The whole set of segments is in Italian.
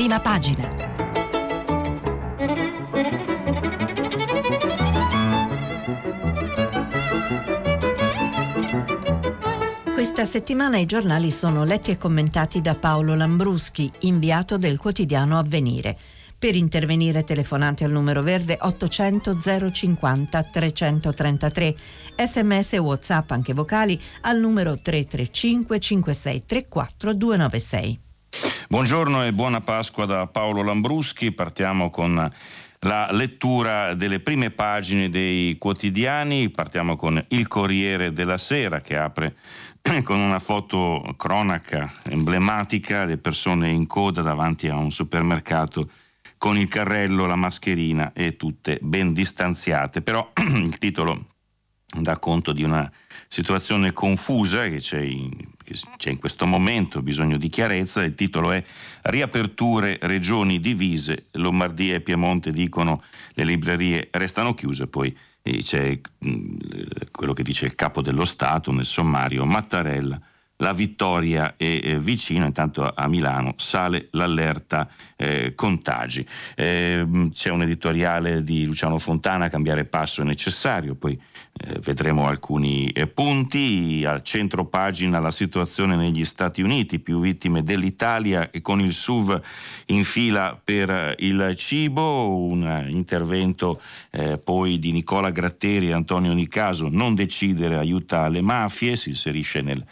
prima pagina. Questa settimana i giornali sono letti e commentati da Paolo Lambruschi, inviato del quotidiano Avvenire. Per intervenire telefonate al numero verde 800 050 333, sms e WhatsApp anche vocali al numero 335 5634 296. Buongiorno e buona Pasqua da Paolo Lambruschi. Partiamo con la lettura delle prime pagine dei quotidiani. Partiamo con il Corriere della Sera, che apre con una foto cronaca emblematica, le persone in coda davanti a un supermercato con il carrello, la mascherina e tutte ben distanziate. Però il titolo dà conto di una situazione confusa che c'è in questo momento, bisogno di chiarezza. Il titolo è "Riaperture, regioni divise, Lombardia e Piemonte dicono le librerie restano chiuse". Poi c'è quello che dice il capo dello Stato nel sommario: Mattarella, la vittoria è vicino. Intanto a Milano sale l'allerta contagi. C'è un editoriale di Luciano Fontana: cambiare passo è necessario. Poi vedremo alcuni punti. Al centro pagina la situazione negli Stati Uniti, più vittime dell'Italia e con il SUV in fila per il cibo. Un intervento poi di Nicola Gratteri e Antonio Nicaso: non decidere aiuta le mafie. Si inserisce nel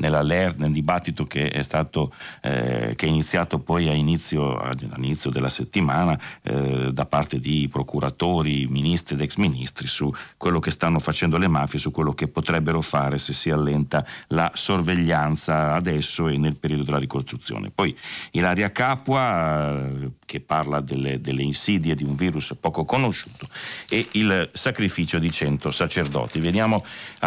dibattito che è stato che è iniziato poi all'inizio della settimana da parte di procuratori, ministri ed ex ministri su quello che stanno facendo le mafie, su quello che potrebbero fare se si allenta la sorveglianza adesso e nel periodo della ricostruzione. Poi Ilaria Capua che parla delle insidie di un virus poco conosciuto e il sacrificio di 100 sacerdoti. Veniamo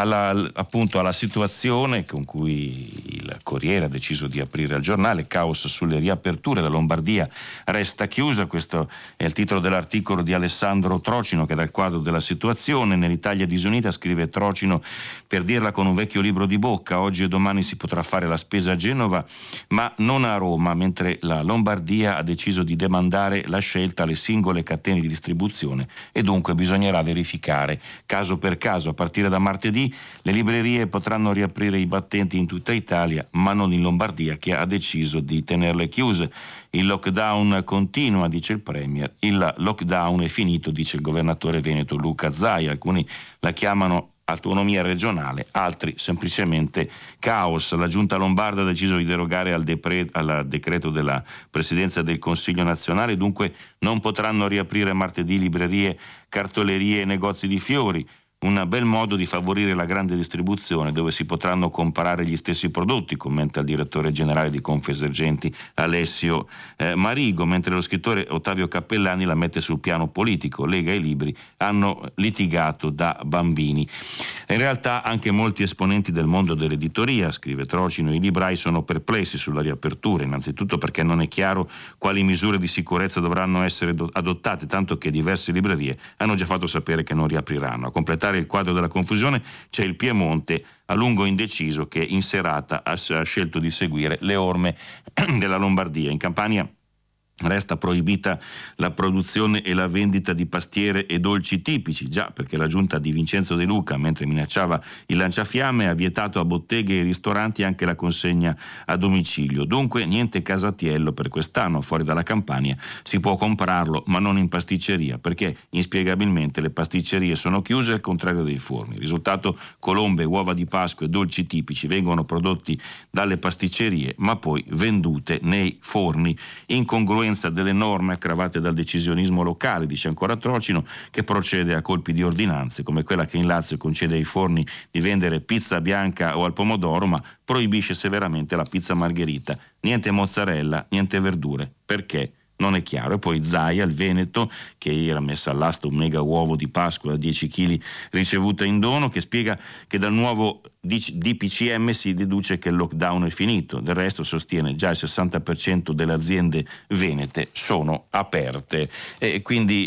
appunto alla situazione con cui il Corriere ha deciso di aprire il giornale: caos sulle riaperture, la Lombardia resta chiusa. Questo è il titolo dell'articolo di Alessandro Trocino, che dà il quadro della situazione. Nell'Italia disunita, scrive Trocino, per dirla con un vecchio libro di bocca, oggi e domani si potrà fare la spesa a Genova ma non a Roma, mentre la Lombardia ha deciso di demandare la scelta alle singole catene di distribuzione e dunque bisognerà verificare caso per caso. A partire da martedì le librerie potranno riaprire i battenti in tutta Italia, ma non in Lombardia, che ha deciso di tenerle chiuse. Il lockdown continua, dice il Premier. Il lockdown è finito, dice il governatore veneto Luca Zaia. Alcuni la chiamano autonomia regionale, altri semplicemente caos. La giunta lombarda ha deciso di derogare al decreto della Presidenza del Consiglio nazionale, dunque non potranno riaprire martedì librerie, cartolerie e negozi di fiori. Un bel modo di favorire la grande distribuzione, dove si potranno comprare gli stessi prodotti, commenta il direttore generale di Confesergenti Alessio Marigo, mentre lo scrittore Ottavio Cappellani la mette sul piano politico. Lega e libri hanno litigato da bambini. In realtà anche molti esponenti del mondo dell'editoria, scrive Trocino, i librai sono perplessi sulla riapertura, innanzitutto perché non è chiaro quali misure di sicurezza dovranno essere adottate, tanto che diverse librerie hanno già fatto sapere che non riapriranno. A completare il quadro della confusione c'è il Piemonte, a lungo indeciso, che in serata ha scelto di seguire le orme della Lombardia. In Campania resta proibita la produzione e la vendita di pastiere e dolci tipici, già perché la giunta di Vincenzo De Luca, mentre minacciava il lanciafiamme, ha vietato a botteghe e ristoranti anche la consegna a domicilio. Dunque niente casatiello per quest'anno. Fuori dalla Campania si può comprarlo, ma non in pasticceria, perché inspiegabilmente le pasticcerie sono chiuse, al contrario dei forni. Risultato: colombe, uova di Pasqua e dolci tipici vengono prodotti dalle pasticcerie ma poi vendute nei forni. Incongruenza delle norme aggravate dal decisionismo locale, dice ancora Trocino, che procede a colpi di ordinanze, come quella che in Lazio concede ai forni di vendere pizza bianca o al pomodoro, ma proibisce severamente la pizza margherita. Niente mozzarella, niente verdure. Perché? Non è chiaro. E poi Zaia, il Veneto, che era messa all'asta un mega uovo di Pasqua da 10 kg ricevuta in dono, che spiega che dal nuovo DPCM si deduce che il lockdown è finito. Del resto, sostiene, già il 60% delle aziende venete sono aperte. E quindi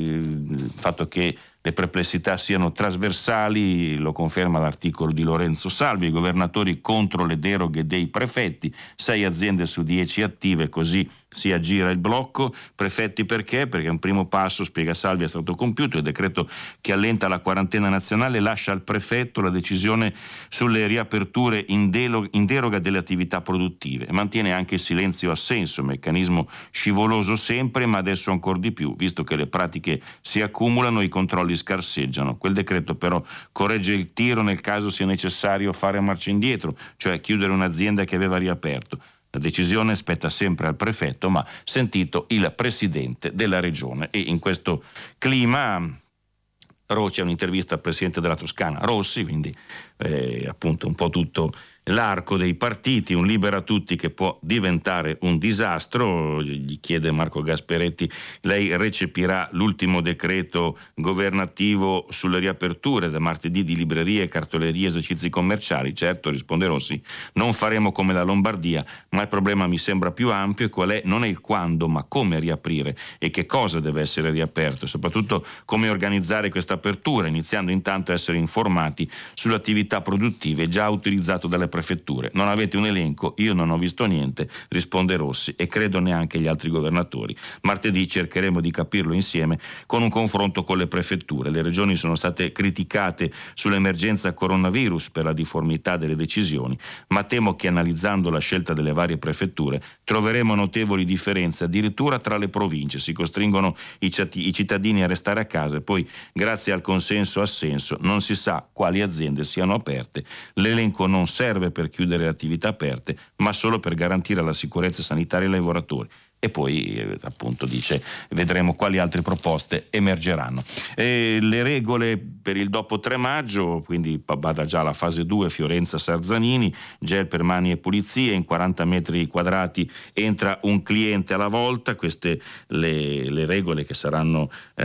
il fatto che le perplessità siano trasversali lo conferma l'articolo di Lorenzo Salvi: i governatori contro le deroghe dei prefetti, 6 aziende su 10 attive, così si aggira il blocco. Prefetti perché? Perché un primo passo, spiega Salvi, è stato compiuto. Il decreto che allenta la quarantena nazionale lascia al prefetto la decisione sulle riaperture in deroga delle attività produttive. Mantiene anche il silenzio assenso, meccanismo scivoloso sempre, ma adesso ancora di più, visto che le pratiche si accumulano e i controlli scarseggiano. Quel decreto però corregge il tiro nel caso sia necessario fare marcia indietro, cioè chiudere un'azienda che aveva riaperto. La decisione spetta sempre al prefetto, ma sentito il presidente della regione. E in questo clima c'è un'intervista al presidente della Toscana, Rossi, quindi appunto un po' tutto l'arco dei partiti, un libera tutti che può diventare un disastro. Gli chiede Marco Gasperetti: lei recepirà l'ultimo decreto governativo sulle riaperture da martedì di librerie, cartolerie, esercizi commerciali? Certo, risponde Rossi, non faremo come la Lombardia, ma il problema mi sembra più ampio, e qual è? Non è il quando, ma come riaprire e che cosa deve essere riaperto, e soprattutto come organizzare questa apertura, iniziando intanto a essere informati sulle attività produttive già utilizzato dalle prefetture. Non avete un elenco? Io non ho visto niente, risponde Rossi, e credo neanche gli altri governatori. Martedì cercheremo di capirlo insieme con un confronto con le prefetture. Le regioni sono state criticate sull'emergenza coronavirus per la difformità delle decisioni, ma temo che analizzando la scelta delle varie prefetture troveremo notevoli differenze addirittura tra le province. Si costringono i cittadini a restare a casa e poi, grazie al consenso-assenso, non si sa quali aziende siano aperte. L'elenco non serve per chiudere le attività aperte, ma solo per garantire la sicurezza sanitaria ai lavoratori. E poi appunto dice vedremo quali altre proposte emergeranno. Le regole per il dopo 3 maggio, quindi vada già la fase 2, Fiorenza Sarzanini, gel per mani e pulizie, in 40 metri quadrati entra un cliente alla volta. Queste le regole che saranno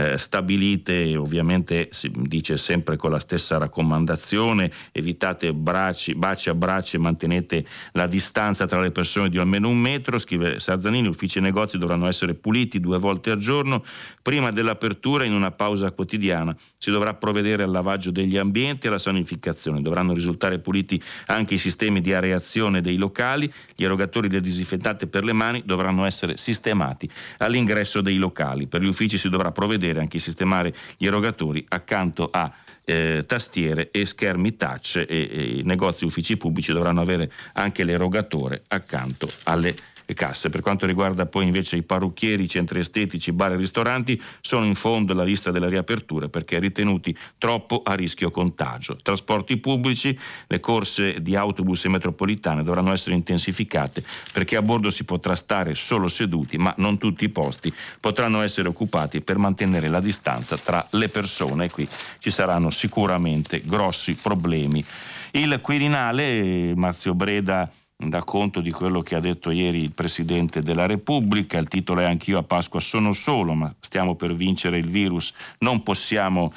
stabilite, ovviamente si dice sempre con la stessa raccomandazione: evitate baci a braccia e mantenete la distanza tra le persone di almeno 1 metro. Scrive Sarzanini, uffici e negozi dovranno essere puliti 2 volte al giorno. Prima dell'apertura, in una pausa quotidiana, si dovrà provvedere al lavaggio degli ambienti e alla sanificazione. Dovranno risultare puliti anche i sistemi di areazione dei locali. Gli erogatori del disinfettante per le mani dovranno essere sistemati all'ingresso dei locali. Per gli uffici si dovrà provvedere anche a sistemare gli erogatori accanto a tastiere e schermi touch, e i negozi e uffici pubblici dovranno avere anche l'erogatore accanto alle casse. Per quanto riguarda poi invece i parrucchieri, i centri estetici, bar e ristoranti, sono in fondo alla lista delle riaperture perché ritenuti troppo a rischio contagio. Trasporti pubblici, le corse di autobus e metropolitane dovranno essere intensificate perché a bordo si potrà stare solo seduti, ma non tutti i posti potranno essere occupati per mantenere la distanza tra le persone, e qui ci saranno sicuramente grossi problemi. Il Quirinale, Marzio Breda dà conto di quello che ha detto ieri il Presidente della Repubblica. Il titolo è: anch'io a Pasqua sono solo, ma stiamo per vincere il virus, non possiamo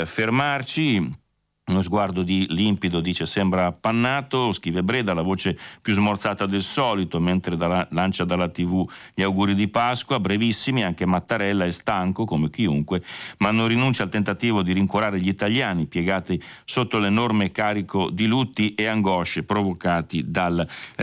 fermarci. Uno sguardo limpido, dice, sembra appannato, scrive Breda, la voce più smorzata del solito, mentre lancia dalla TV gli auguri di Pasqua, brevissimi. Anche Mattarella è stanco come chiunque, ma non rinuncia al tentativo di rincuorare gli italiani piegati sotto l'enorme carico di lutti e angosce provocati dal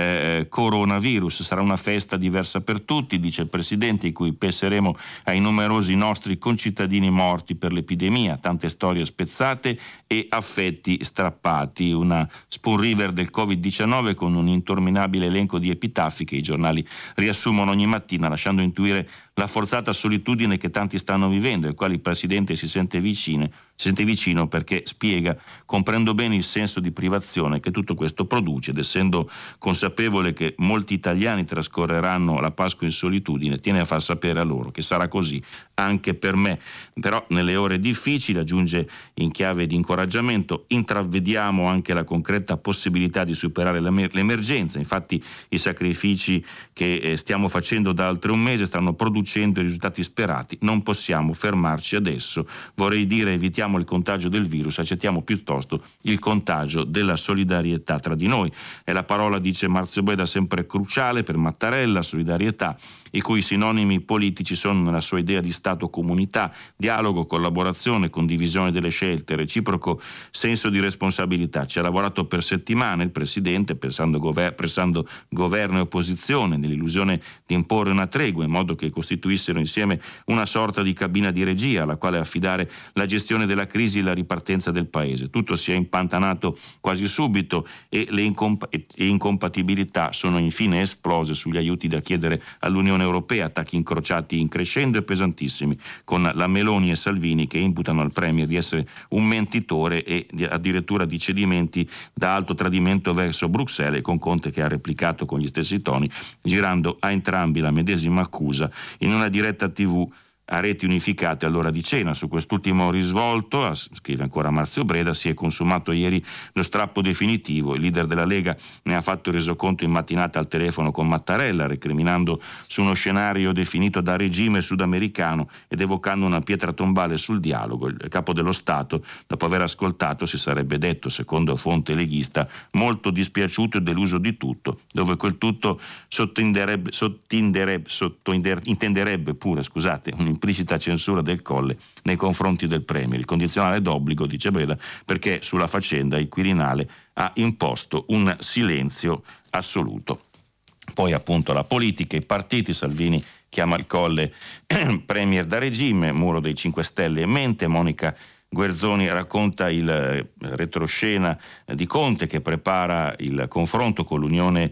coronavirus. Sarà una festa diversa per tutti, dice il Presidente, in cui penseremo ai numerosi nostri concittadini morti per l'epidemia, tante storie spezzate e affetti strappati, una spoon river del Covid-19 con un interminabile elenco di epitafi che i giornali riassumono ogni mattina, lasciando intuire la forzata solitudine che tanti stanno vivendo, ai quali il Presidente si sente vicino perché spiega: comprendo bene il senso di privazione che tutto questo produce, ed essendo consapevole che molti italiani trascorreranno la Pasqua in solitudine, tiene a far sapere a loro che sarà così anche per me. Però nelle ore difficili, aggiunge in chiave di incoraggiamento, intravediamo anche la concreta possibilità di superare l'emergenza. Infatti i sacrifici che stiamo facendo da oltre un mese stanno producendo i risultati sperati. Non possiamo fermarci adesso. Vorrei dire, evitiamo il contagio del virus, accettiamo piuttosto il contagio della solidarietà tra di noi. È la parola, dice Marzio Breda, sempre cruciale per Mattarella: solidarietà i cui sinonimi politici sono nella sua idea di Stato comunità, dialogo, collaborazione, condivisione delle scelte, reciproco senso di responsabilità. Ci ha lavorato per settimane il Presidente, pressando governo e opposizione, nell'illusione di imporre una tregua in modo che costituissero insieme una sorta di cabina di regia alla quale affidare la gestione della crisi e la ripartenza del Paese. Tutto si è impantanato quasi subito e le incompatibilità sono infine esplose sugli aiuti da chiedere all'Unione Europea, attacchi incrociati in crescendo e pesantissimi, con la Meloni e Salvini che imputano al Premier di essere un mentitore e addirittura di cedimenti da alto tradimento verso Bruxelles, con Conte che ha replicato con gli stessi toni, girando a entrambi la medesima accusa in una diretta TV a reti unificate all'ora di cena. Su quest'ultimo risvolto, scrive ancora Marzio Breda, si è consumato ieri lo strappo definitivo. Il leader della Lega ne ha fatto il resoconto in mattinata al telefono con Mattarella, recriminando su uno scenario definito da regime sudamericano ed evocando una pietra tombale sul dialogo. Il capo dello Stato, dopo aver ascoltato, si sarebbe detto, secondo fonte leghista, molto dispiaciuto e deluso di tutto, dove quel tutto intenderebbe pure, un'implicita censura del Colle nei confronti del Premier. Il condizionale d'obbligo, dice Breda, perché sulla faccenda il Quirinale ha imposto un silenzio assoluto. Poi appunto la politica, i partiti. Salvini chiama il Colle Premier da regime, Muro dei 5 Stelle in mente. Monica Guerzoni racconta il retroscena di Conte che prepara il confronto con l'Unione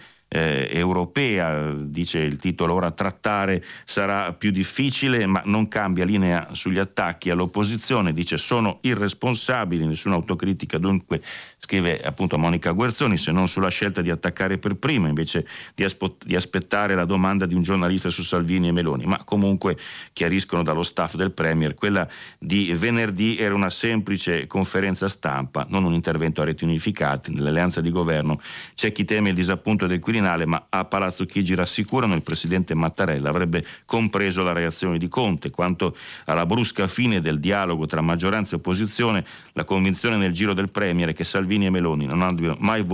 Europea, dice il titolo. Ora trattare sarà più difficile, ma non cambia linea sugli attacchi all'opposizione, dice sono irresponsabili, nessuna autocritica dunque, scrive appunto Monica Guerzoni, se non sulla scelta di attaccare per prima invece di aspettare la domanda di un giornalista su Salvini e Meloni. Ma comunque chiariscono dallo staff del Premier, quella di venerdì era una semplice conferenza stampa, non un intervento a reti unificate. Nell'alleanza di governo c'è chi teme il disappunto del Quirinale, ma a Palazzo Chigi rassicurano il presidente Mattarella avrebbe compreso la reazione di Conte. Quanto alla brusca fine del dialogo tra maggioranza e opposizione, la convinzione nel giro del Premier è che Salvini e Meloni non abbiano mai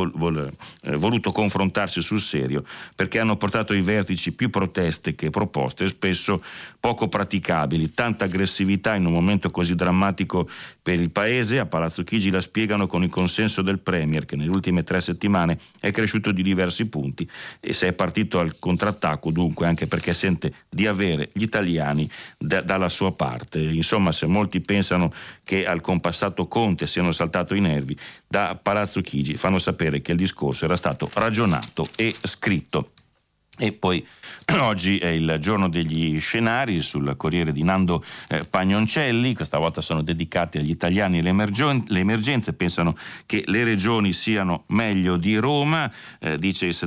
voluto confrontarsi sul serio, perché hanno portato ai vertici più proteste che proposte, spesso poco praticabili. Tanta aggressività in un momento così drammatico per il Paese. A Palazzo Chigi la spiegano con il consenso del Premier, che nelle ultime 3 settimane è cresciuto di diversi punti, e se è partito al contrattacco dunque anche perché sente di avere gli italiani dalla sua parte. Insomma, se molti pensano che al compassato Conte siano saltato i nervi, da Palazzo Chigi fanno sapere che il discorso era stato ragionato e scritto. E poi oggi è il giorno degli scenari sul Corriere di Nando Pagnoncelli. Questa volta sono dedicati agli italiani e le emergenze. Pensano che le regioni siano meglio di Roma, dice il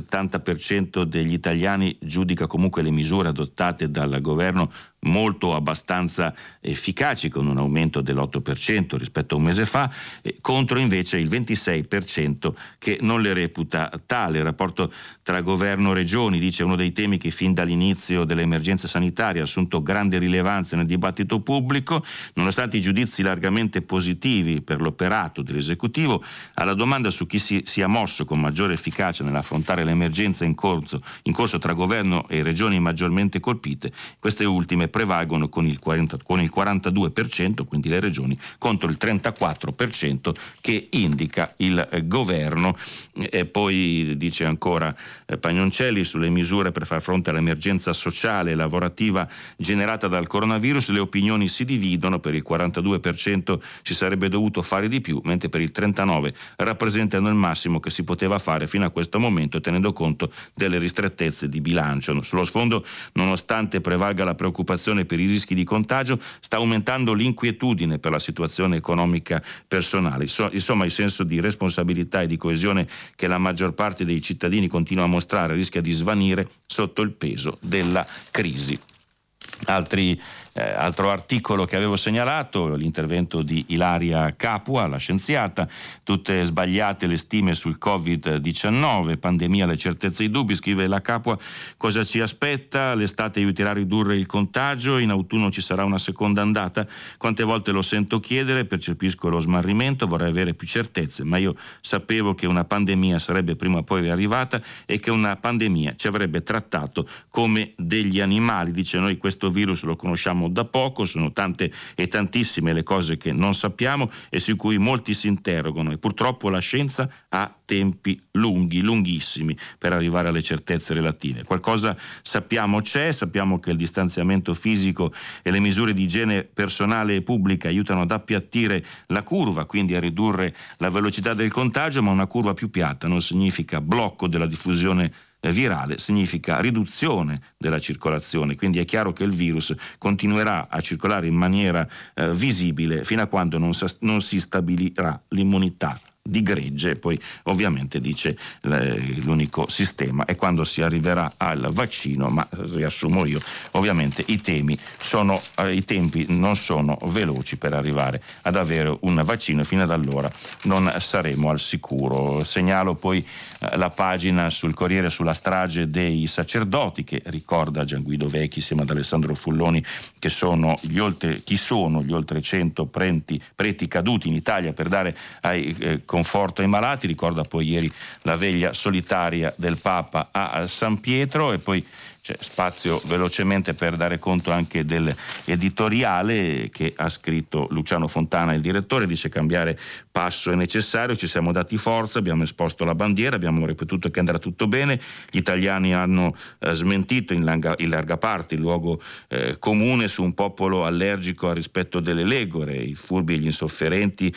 70% degli italiani giudica comunque le misure adottate dal governo molto abbastanza efficaci, con un aumento dell'8% rispetto a un mese fa, contro invece il 26% che non le reputa tale. Il rapporto tra governo e regioni, dice, uno dei temi che fin dall'inizio dell'emergenza sanitaria ha assunto grande rilevanza nel dibattito pubblico. Nonostante i giudizi largamente positivi per l'operato dell'esecutivo, alla domanda su chi si sia mosso con maggiore efficacia nell'affrontare l'emergenza in corso tra governo e regioni maggiormente colpite, queste ultime prevalgono con il 42%, quindi le regioni, contro il 34% che indica il governo. E poi dice ancora Pagnoncelli sulle misure per far fronte all'emergenza sociale e lavorativa generata dal coronavirus, le opinioni si dividono. Per il 42% si sarebbe dovuto fare di più, mentre per il 39% rappresentano il massimo che si poteva fare fino a questo momento, tenendo conto delle ristrettezze di bilancio. Sullo sfondo, nonostante prevalga la preoccupazione per i rischi di contagio, sta aumentando l'inquietudine per la situazione economica personale. Insomma, il senso di responsabilità e di coesione che la maggior parte dei cittadini continua a mostrare rischia di svanire sotto il peso della crisi. Altri Altro articolo che avevo segnalato, l'intervento di Ilaria Capua, la scienziata, tutte sbagliate le stime sul Covid-19, pandemia, le certezze e i dubbi, scrive la Capua, cosa ci aspetta? L'estate aiuterà a ridurre il contagio, in autunno ci sarà una seconda andata, quante volte lo sento chiedere, percepisco lo smarrimento, vorrei avere più certezze, ma io sapevo che una pandemia sarebbe prima o poi arrivata e che una pandemia ci avrebbe trattato come degli animali, dice, noi questo virus lo conosciamo da poco, sono tante e tantissime le cose che non sappiamo e su cui molti si interrogano e purtroppo la scienza ha tempi lunghissimi per arrivare alle certezze relative. Qualcosa sappiamo sappiamo che il distanziamento fisico e le misure di igiene personale e pubblica aiutano ad appiattire la curva, quindi a ridurre la velocità del contagio, ma una curva più piatta non significa blocco della diffusione virale, significa riduzione della circolazione, quindi è chiaro che il virus continuerà a circolare in maniera visibile fino a quando non si stabilirà l'immunità di gregge. Poi ovviamente dice l'unico sistema è quando si arriverà al vaccino, ma riassumo io, ovviamente i tempi non sono veloci per arrivare ad avere un vaccino e fino ad allora non saremo al sicuro. Segnalo poi la pagina sul Corriere sulla strage dei sacerdoti, che ricorda Gian Guido Vecchi insieme ad Alessandro Fulloni chi sono gli oltre 100 preti caduti in Italia per dare conforto ai malati. Ricorda poi ieri la veglia solitaria del Papa a San Pietro, e poi c'è spazio velocemente per dare conto anche dell'editoriale che ha scritto Luciano Fontana, il direttore, dice: cambiare passo è necessario, ci siamo dati forza, abbiamo esposto la bandiera, abbiamo ripetuto che andrà tutto bene, gli italiani hanno smentito in larga parte il luogo comune su un popolo allergico al rispetto delle regole, i furbi e gli insofferenti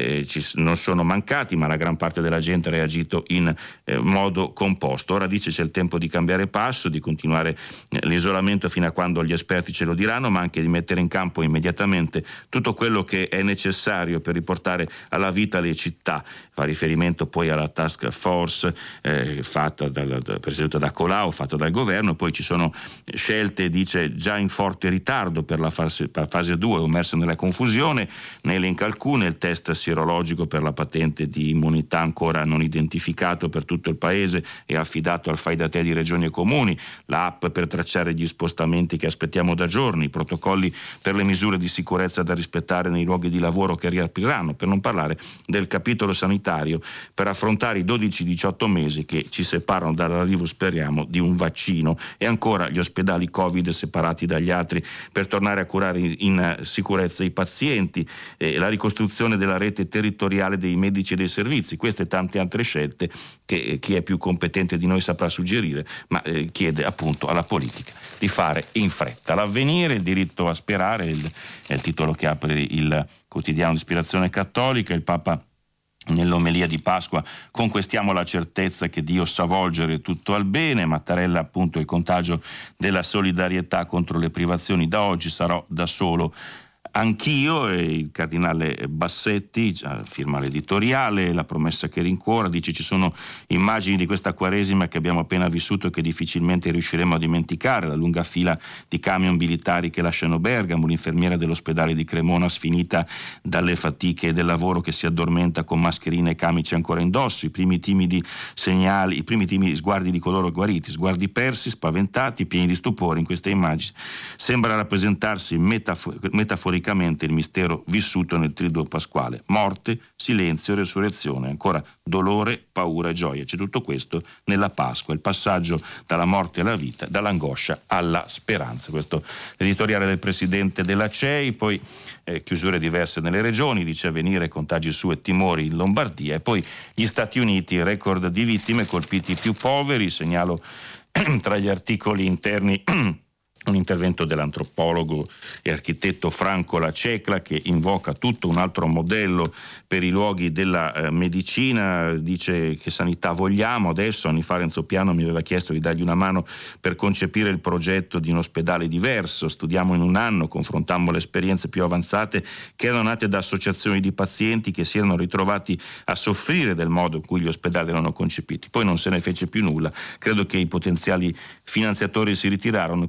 non sono mancati, ma la gran parte della gente ha reagito in modo composto. Ora dice c'è il tempo di cambiare passo, di continuare l'isolamento fino a quando gli esperti ce lo diranno, ma anche di mettere in campo immediatamente tutto quello che è necessario per riportare alla vita le città. Fa riferimento poi alla task force fatta presieduta da Colau, fatta dal governo. Poi ci sono scelte, dice, già in forte ritardo per la fase 2, immerse nella confusione, ne elenca alcune: il test sierologico per la patente di immunità ancora non identificato per tutto il paese e affidato al fai da te di regioni e comuni, l'app per tracciare gli spostamenti che aspettiamo da giorni, i protocolli per le misure di sicurezza da rispettare nei luoghi di lavoro che riapriranno, per non parlare del capitolo sanitario per affrontare i 12-18 mesi che ci separano dall'arrivo, speriamo, di un vaccino, e ancora gli ospedali Covid separati dagli altri per tornare a curare in sicurezza i pazienti, la ricostruzione della rete territoriale dei medici e dei servizi. Queste e tante altre scelte che chi è più competente di noi saprà suggerire, ma chiede appunto alla politica di fare in fretta. L'avvenire, il diritto a sperare, è il titolo che apre il quotidiano di ispirazione cattolica. Il Papa nell'omelia di Pasqua: conquistiamo la certezza che Dio sa volgere tutto al bene. Mattarella, appunto, il contagio della solidarietà contro le privazioni. Da oggi sarò da solo anch'io. E il cardinale Bassetti firma l'editoriale, la promessa che rincuora, dice: ci sono immagini di questa Quaresima che abbiamo appena vissuto e che difficilmente riusciremo a dimenticare, la lunga fila di camion militari che lasciano Bergamo, l'infermiera dell'ospedale di Cremona sfinita dalle fatiche del lavoro che si addormenta con mascherine e camicie ancora indosso, i primi timidi segnali, i primi timidi sguardi di coloro guariti, sguardi persi, spaventati, pieni di stupore. In queste immagini sembra rappresentarsi metaforicamente il mistero vissuto nel triduo pasquale: morte, silenzio, resurrezione, ancora dolore, paura e gioia. C'è tutto questo nella Pasqua, il passaggio dalla morte alla vita, dall'angoscia alla speranza. Questo l'editoriale del presidente della CEI. Poi chiusure diverse nelle regioni, dice Avvenire: contagi su e timori in Lombardia. E poi gli Stati Uniti, record di vittime, colpiti più poveri. Segnalo tra gli articoli interni un intervento dell'antropologo e architetto Franco Lacecla, che invoca tutto un altro modello per i luoghi della medicina. Dice: che sanità vogliamo adesso? Anni fa Renzo Piano mi aveva chiesto di dargli una mano per concepire il progetto di un ospedale diverso. Studiamo in un anno, confrontammo le esperienze più avanzate che erano nate da associazioni di pazienti che si erano ritrovati a soffrire del modo in cui gli ospedali erano concepiti. Poi non se ne fece più nulla, credo che i potenziali finanziatori si ritirarono, eppure la questione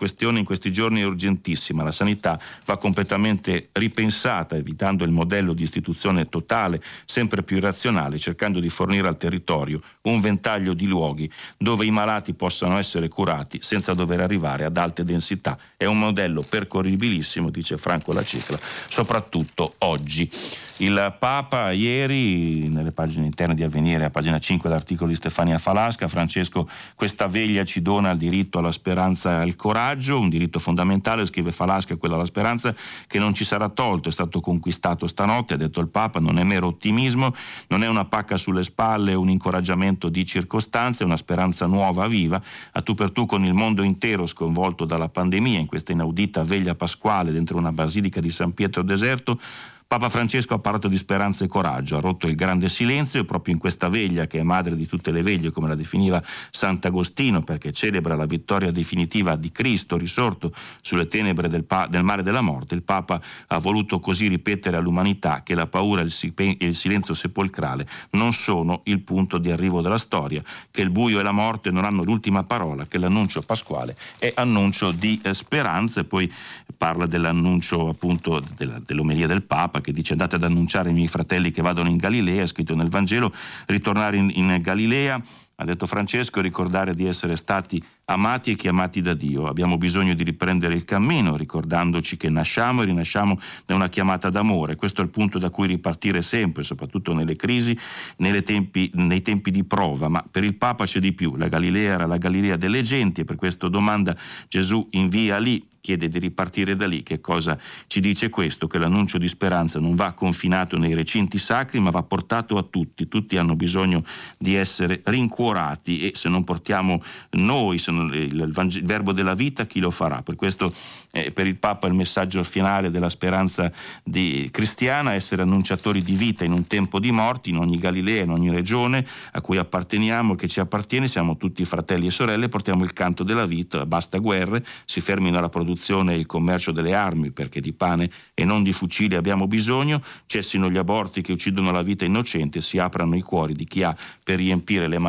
questione in questi giorni è urgentissima. La sanità va completamente ripensata, evitando il modello di istituzione totale, sempre più irrazionale, cercando di fornire al territorio un ventaglio di luoghi dove i malati possano essere curati senza dover arrivare ad alte densità. È un modello percorribilissimo, dice Franco Lacicla, soprattutto oggi. Il Papa ieri, nelle pagine interne di Avvenire, a pagina 5 l'articolo di Stefania Falasca: Francesco, questa veglia ci dona il diritto alla speranza e al coraggio, un diritto fondamentale, scrive Falasca, quello alla speranza, che non ci sarà tolto, è stato conquistato stanotte, ha detto il Papa, non è mero ottimismo, non è una pacca sulle spalle, un incoraggiamento di circostanze, è una speranza nuova, viva, a tu per tu con il mondo intero sconvolto dalla pandemia, in questa inaudita veglia pasquale dentro una basilica di San Pietro deserto. Papa Francesco ha parlato di speranza e coraggio, ha rotto il grande silenzio e proprio in questa veglia, che è madre di tutte le veglie, come la definiva Sant'Agostino, perché celebra la vittoria definitiva di Cristo risorto sulle tenebre del mare della morte, il Papa ha voluto così ripetere all'umanità che la paura e il silenzio sepolcrale non sono il punto di arrivo della storia, che il buio e la morte non hanno l'ultima parola, che l'annuncio pasquale è annuncio di speranza. E poi parla dell'annuncio appunto dell'omelia del Papa, che dice: andate ad annunciare ai miei fratelli che vadano in Galilea, è scritto nel Vangelo, ritornare in Galilea, ha detto Francesco, ricordare di essere stati amati e chiamati da Dio. Abbiamo bisogno di riprendere il cammino, ricordandoci che nasciamo e rinasciamo da una chiamata d'amore. Questo è il punto da cui ripartire sempre, soprattutto nelle crisi, nei tempi di prova. Ma per il Papa c'è di più. La Galilea era la Galilea delle genti e per questo domanda Gesù invia lì, chiede di ripartire da lì. Che cosa ci dice questo? Che l'annuncio di speranza non va confinato nei recinti sacri, ma va portato a tutti. Tutti hanno bisogno di essere rincuorati e se non portiamo noi, se non il verbo della vita, chi lo farà? Per questo per il Papa il messaggio finale della speranza cristiana: essere annunciatori di vita in un tempo di morti, in ogni Galilea, in ogni regione a cui apparteniamo, che ci appartiene, siamo tutti fratelli e sorelle, portiamo il canto della vita, basta guerre, si fermino la produzione e il commercio delle armi, perché di pane e non di fucili abbiamo bisogno, cessino gli aborti che uccidono la vita innocente, si aprano i cuori di chi ha per riempire le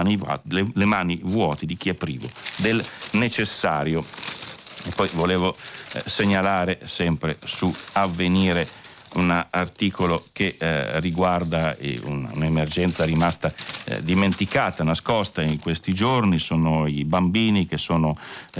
mani vuote di chi è privo del necessario. E poi volevo segnalare sempre su Avvenire un articolo che riguarda un'emergenza rimasta dimenticata, nascosta in questi giorni. Sono i bambini che sono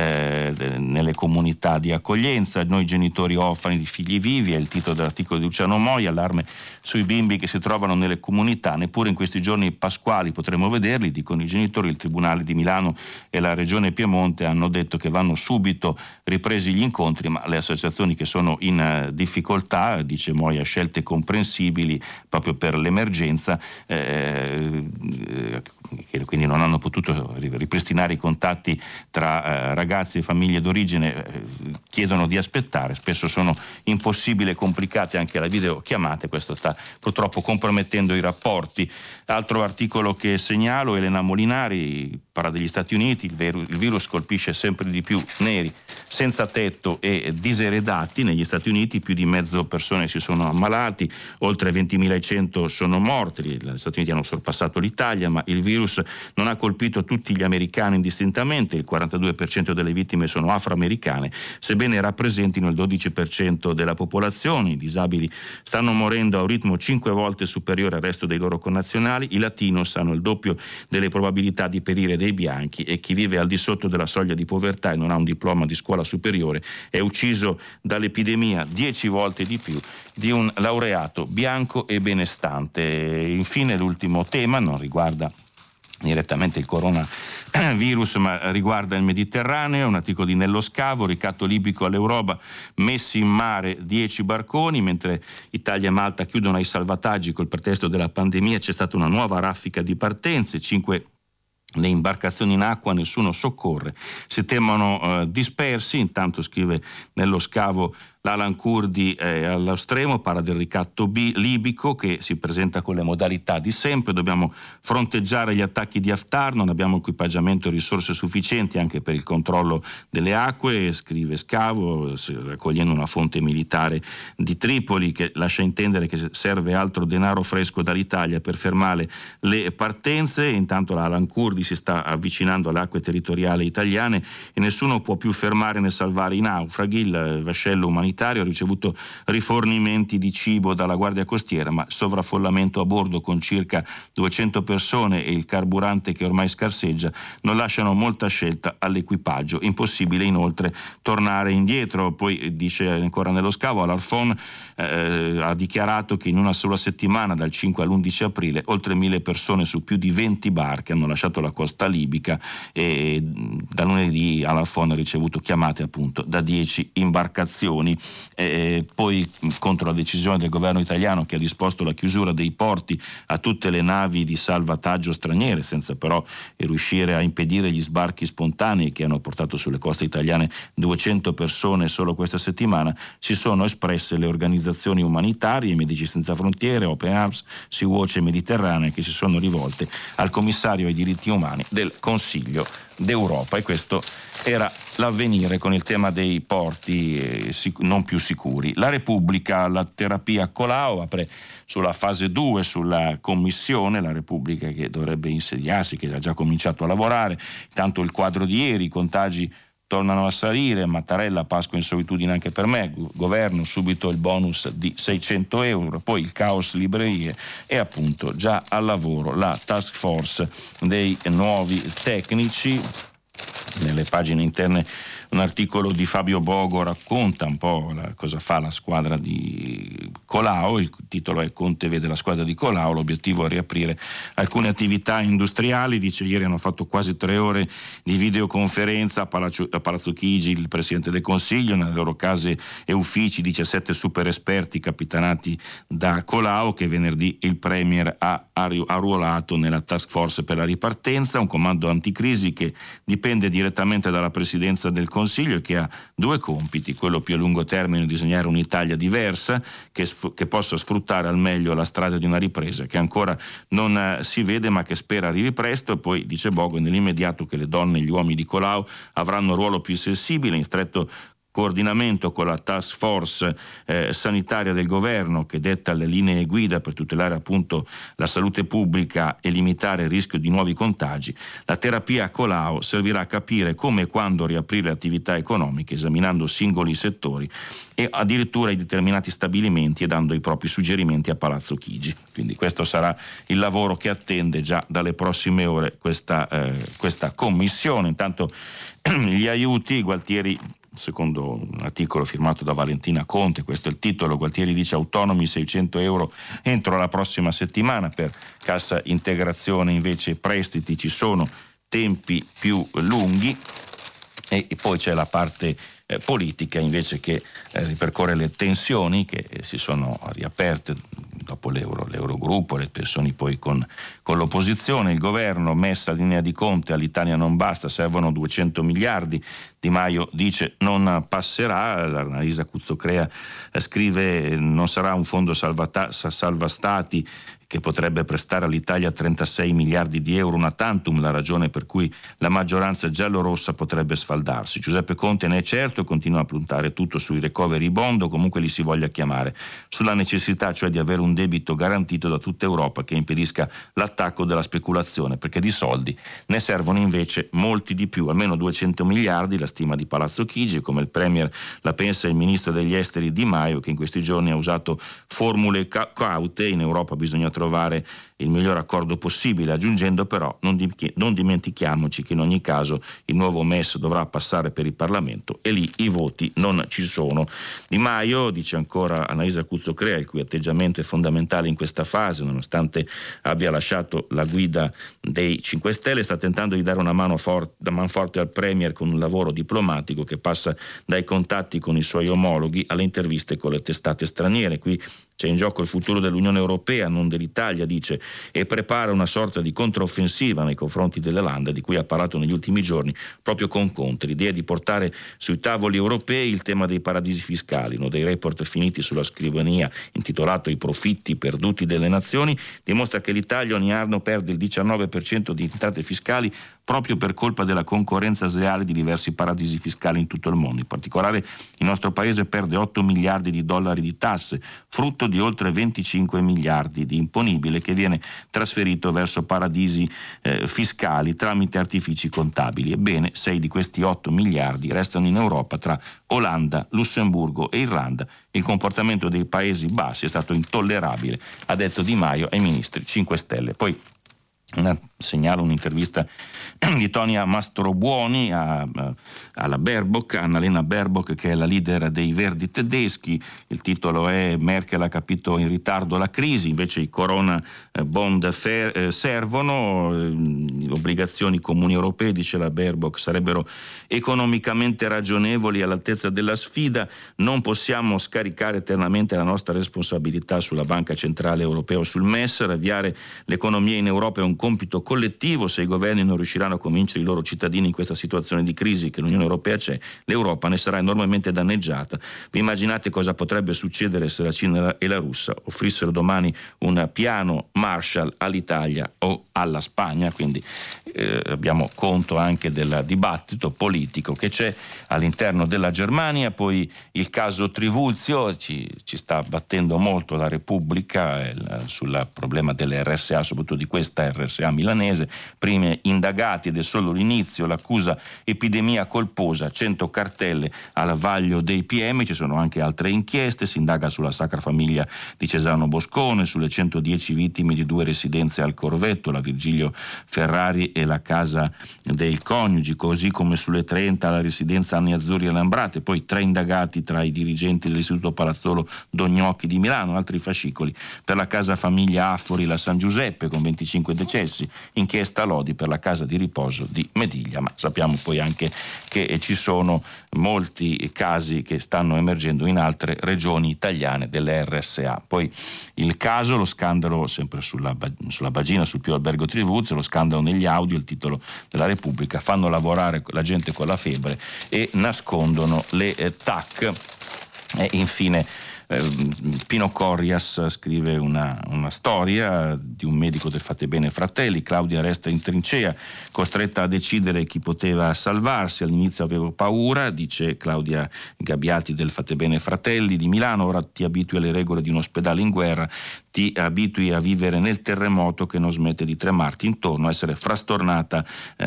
nelle comunità di accoglienza, noi genitori orfani di figli vivi, è il titolo dell'articolo di Luciano Moi. Allarme sui bimbi che si trovano nelle comunità, neppure in questi giorni pasquali potremo vederli, dicono i genitori. Il Tribunale di Milano e la Regione Piemonte hanno detto che vanno subito ripresi gli incontri, ma le associazioni che sono in difficoltà, dice Moi, a scelte comprensibili proprio per l'emergenza, che quindi non hanno potuto ripristinare i contatti tra ragazzi e famiglie d'origine, chiedono di aspettare, spesso sono impossibili e complicate anche le videochiamate, questo sta purtroppo compromettendo i rapporti. Altro articolo che segnalo: Elena Molinari parla degli Stati Uniti, il virus colpisce sempre di più neri, senza tetto e diseredati. Negli Stati Uniti più di mezzo persone si sono ammalati, oltre 20.100 sono morti. Gli Stati Uniti hanno sorpassato l'Italia, ma il virus non ha colpito tutti gli americani indistintamente. Il 42% delle vittime sono afroamericane, sebbene rappresentino il 12% della popolazione. I disabili stanno morendo a un ritmo 5 volte superiore al resto dei loro connazionali. I latinos hanno il doppio delle probabilità di perire dei bianchi e chi vive al di sotto della soglia di povertà e non ha un diploma di scuola superiore è ucciso dall'epidemia 10 volte di più di un laureato bianco e benestante. Infine l'ultimo tema non riguarda direttamente il coronavirus, ma riguarda il Mediterraneo. Un articolo di Nello Scavo: ricatto libico all'Europa, messi in mare 10 barconi. Mentre Italia e Malta chiudono i salvataggi col pretesto della pandemia, c'è stata una nuova raffica di partenze, 5 le imbarcazioni in acqua, nessuno soccorre, si temono dispersi. Intanto, scrive Nello Scavo, l'Alan Kurdi è allo stremo, parla del ricatto libico che si presenta con le modalità di sempre: dobbiamo fronteggiare gli attacchi di Haftar, non abbiamo equipaggiamento e risorse sufficienti anche per il controllo delle acque, scrive Scavo, raccogliendo una fonte militare di Tripoli che lascia intendere che serve altro denaro fresco dall'Italia per fermare le partenze. Intanto l'Alan Kurdi si sta avvicinando alle acque territoriali italiane e nessuno può più fermare né salvare i naufraghi. Il vascello umanitario ha ricevuto rifornimenti di cibo dalla Guardia Costiera, ma sovraffollamento a bordo con circa 200 persone e il carburante che ormai scarseggia non lasciano molta scelta all'equipaggio. Impossibile inoltre tornare indietro. Poi dice ancora nello Scavo, Al-Arfon ha dichiarato che in una sola settimana, dal 5 all'11 aprile, oltre 1000 persone su più di 20 barche hanno lasciato la costa libica e da lunedì Al-Arfon ha ricevuto chiamate appunto da 10 imbarcazioni. Poi contro la decisione del governo italiano che ha disposto la chiusura dei porti a tutte le navi di salvataggio straniere, senza però riuscire a impedire gli sbarchi spontanei che hanno portato sulle coste italiane 200 persone solo questa settimana, si sono espresse le organizzazioni umanitarie, Medici Senza Frontiere, Open Arms, Sea-Watch e Mediterranea, che si sono rivolte al commissario ai diritti umani del Consiglio d'Europa. E questo era l'Avvenire con il tema dei porti non più sicuri. La Repubblica, la terapia Colau, apre sulla fase 2, sulla commissione, la Repubblica che dovrebbe insediarsi, che ha già cominciato a lavorare. Intanto il quadro di ieri, i contagi tornano a salire, Mattarella, Pasqua in solitudine anche per me, governo, subito il bonus di 600 euro, poi il caos librerie e appunto già al lavoro la task force dei nuovi tecnici. Nelle pagine interne un articolo di Fabio Bogo racconta un po' cosa fa la squadra di Colau. Il titolo è Conte vede la squadra di Colau, l'obiettivo è riaprire alcune attività industriali. Dice ieri hanno fatto quasi 3 ore di videoconferenza a Palazzo Chigi il Presidente del Consiglio, nelle loro case e uffici 17 super esperti capitanati da Colau, che venerdì il Premier ha arruolato nella task force per la ripartenza, un comando anticrisi che dipende direttamente dalla Presidenza del Consiglio e che ha 2 compiti: quello più a lungo termine, disegnare un'Italia diversa che possa sfruttare al meglio la strada di una ripresa che ancora non si vede ma che spera arrivi presto. E poi dice Bogo nell'immediato che le donne e gli uomini di Colau avranno un ruolo più sensibile in stretto coordinamento con la task force sanitaria del governo che detta le linee guida per tutelare appunto la salute pubblica e limitare il rischio di nuovi contagi. La terapia Colau servirà a capire come e quando riaprire le attività economiche, esaminando singoli settori e addirittura i determinati stabilimenti e dando i propri suggerimenti a Palazzo Chigi. Quindi questo sarà il lavoro che attende già dalle prossime ore questa commissione. Intanto gli aiuti, Gualtieri, secondo un articolo firmato da Valentina Conte, questo è il titolo, Gualtieri dice autonomi 600 euro entro la prossima settimana, per cassa integrazione invece prestiti ci sono tempi più lunghi. E poi c'è la parte politica invece che ripercorre le tensioni che si sono riaperte dopo l'Eurogruppo, le tensioni poi con l'opposizione. Il governo, messa linea di Conte, all'Italia non basta, servono 200 miliardi. Di Maio dice non passerà. Annalisa Cuzzocrea scrive non sarà un fondo salva stati che potrebbe prestare all'Italia 36 miliardi di euro una tantum, la ragione per cui la maggioranza giallorossa potrebbe sfaldarsi. Giuseppe Conte ne è certo e continua a puntare tutto sui recovery bond, o comunque li si voglia chiamare, sulla necessità cioè di avere un debito garantito da tutta Europa che impedisca l'attacco della speculazione, perché di soldi ne servono invece molti di più, almeno 200 miliardi, la stima di Palazzo Chigi, come il Premier la pensa il Ministro degli Esteri Di Maio, che in questi giorni ha usato formule caute. In Europa bisogna trovare il miglior accordo possibile, aggiungendo però non dimentichiamoci che in ogni caso il nuovo MES dovrà passare per il Parlamento e lì i voti non ci sono. Di Maio, dice ancora Annalisa Cuzzocrea, il cui atteggiamento è fondamentale in questa fase, nonostante abbia lasciato la guida dei 5 Stelle, sta tentando di dare una man forte al Premier con un lavoro diplomatico che passa dai contatti con i suoi omologhi alle interviste con le testate straniere. Qui c'è in gioco il futuro dell'Unione Europea, non dell'Italia, dice. e prepara una sorta di controffensiva nei confronti dell'Olanda, di cui ha parlato negli ultimi giorni proprio con Conte. L'idea è di portare sui tavoli europei il tema dei paradisi fiscali. Uno dei report finiti sulla scrivania, intitolato I profitti perduti delle nazioni, dimostra che l'Italia ogni anno perde il 19% di entrate fiscali proprio per colpa della concorrenza sleale di diversi paradisi fiscali in tutto il mondo. In particolare il nostro paese perde 8 miliardi di dollari di tasse, frutto di oltre 25 miliardi di imponibile che viene trasferito verso paradisi fiscali tramite artifici contabili. Ebbene, 6 di questi 8 miliardi restano in Europa tra Olanda, Lussemburgo e Irlanda. Il comportamento dei Paesi Bassi è stato intollerabile, ha detto Di Maio ai ministri 5 Stelle. Poi segnalo un'intervista di Tonia Mastrobuoni alla Baerbock, Annalena Baerbock, che è la leader dei Verdi tedeschi. Il titolo è Merkel ha capito in ritardo la crisi, invece i corona bond servono, le obbligazioni comuni europee, dice la Baerbock, sarebbero economicamente ragionevoli e all'altezza della sfida. Non possiamo scaricare eternamente la nostra responsabilità sulla Banca Centrale Europea o sul MES. Avviare l'economia in Europa è un compito collettivo. Se i governi non riusciranno a convincere i loro cittadini in questa situazione di crisi che l'Unione Europea c'è, l'Europa ne sarà enormemente danneggiata. Vi immaginate cosa potrebbe succedere se la Cina e la Russia offrissero domani un piano Marshall all'Italia o alla Spagna? Quindi abbiamo conto anche del dibattito politico che c'è all'interno della Germania. Poi il caso Trivulzio ci sta battendo molto la Repubblica sul problema delle RSA, soprattutto di questa RSA milanese. Prime indagati ed è solo l'inizio, l'accusa epidemia colposa, 100 cartelle al vaglio dei PM. Ci sono anche altre inchieste, si indaga sulla Sacra Famiglia di Cesano Boscone, sulle 110 vittime di 2 residenze al Corvetto, la Virgilio Ferrari e la casa dei coniugi, così come sulle 30 alla residenza Anni Azzurri e Lambrate. Poi 3 indagati tra i dirigenti dell'Istituto Palazzolo Dognocchi di Milano, altri fascicoli per la casa famiglia Affori, la San Giuseppe, con 25 decessi, inchiesta Lodi per la casa di riposo di Mediglia. Ma sappiamo poi anche che ci sono molti casi che stanno emergendo in altre regioni italiane delle RSA. Poi il caso, lo scandalo sempre sulla Bagina, sul Pio Albergo Trivulzio, lo scandalo negli audio, il titolo della Repubblica: fanno lavorare la gente con la febbre e nascondono le TAC. E infine Pino Corrias scrive una storia di un medico del Fate Bene Fratelli. Claudia resta in trincea, costretta a decidere chi poteva salvarsi. All'inizio avevo paura, dice Claudia Gabbiati del Fate Bene Fratelli di Milano. Ora ti abitui alle regole di un ospedale in guerra, ti abitui a vivere nel terremoto che non smette di tremarti intorno, a essere frastornata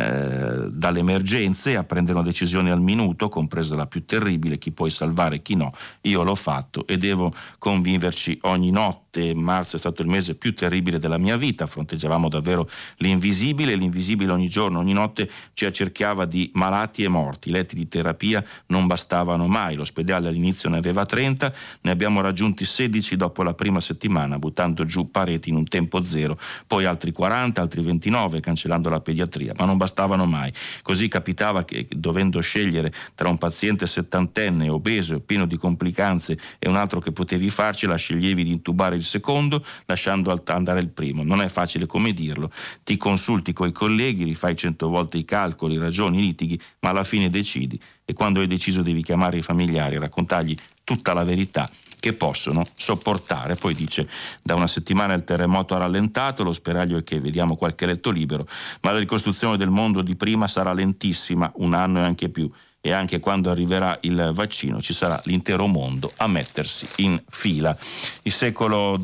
dalle emergenze, a prendere una decisione al minuto, compresa la più terribile, chi puoi salvare e chi no. Io l'ho fatto e devo conviverci ogni notte. Marzo è stato il mese più terribile della mia vita, fronteggiavamo davvero l'invisibile ogni giorno, ogni notte ci accerchiava di malati e morti. I letti di terapia non bastavano mai, l'ospedale all'inizio ne aveva 30, ne abbiamo raggiunti 16 dopo la prima settimana, buttando giù pareti in un tempo zero, poi altri 40, altri 29, cancellando la pediatria, ma non bastavano mai. Così capitava che, dovendo scegliere tra un paziente settantenne, obeso e pieno di complicanze e un altro che potevi farcela, sceglievi di intubare il secondo lasciando andare il primo. Non è facile come dirlo, ti consulti coi colleghi, rifai 100 volte i calcoli, ragioni, litighi, ma alla fine decidi, e quando hai deciso devi chiamare i familiari e raccontargli tutta la verità che possono sopportare. Poi dice: da una settimana il terremoto ha rallentato, lo speraglio è che vediamo qualche letto libero, ma la ricostruzione del mondo di prima sarà lentissima, 1 anno e anche più. E anche quando arriverà il vaccino ci sarà l'intero mondo a mettersi in fila. Il secolo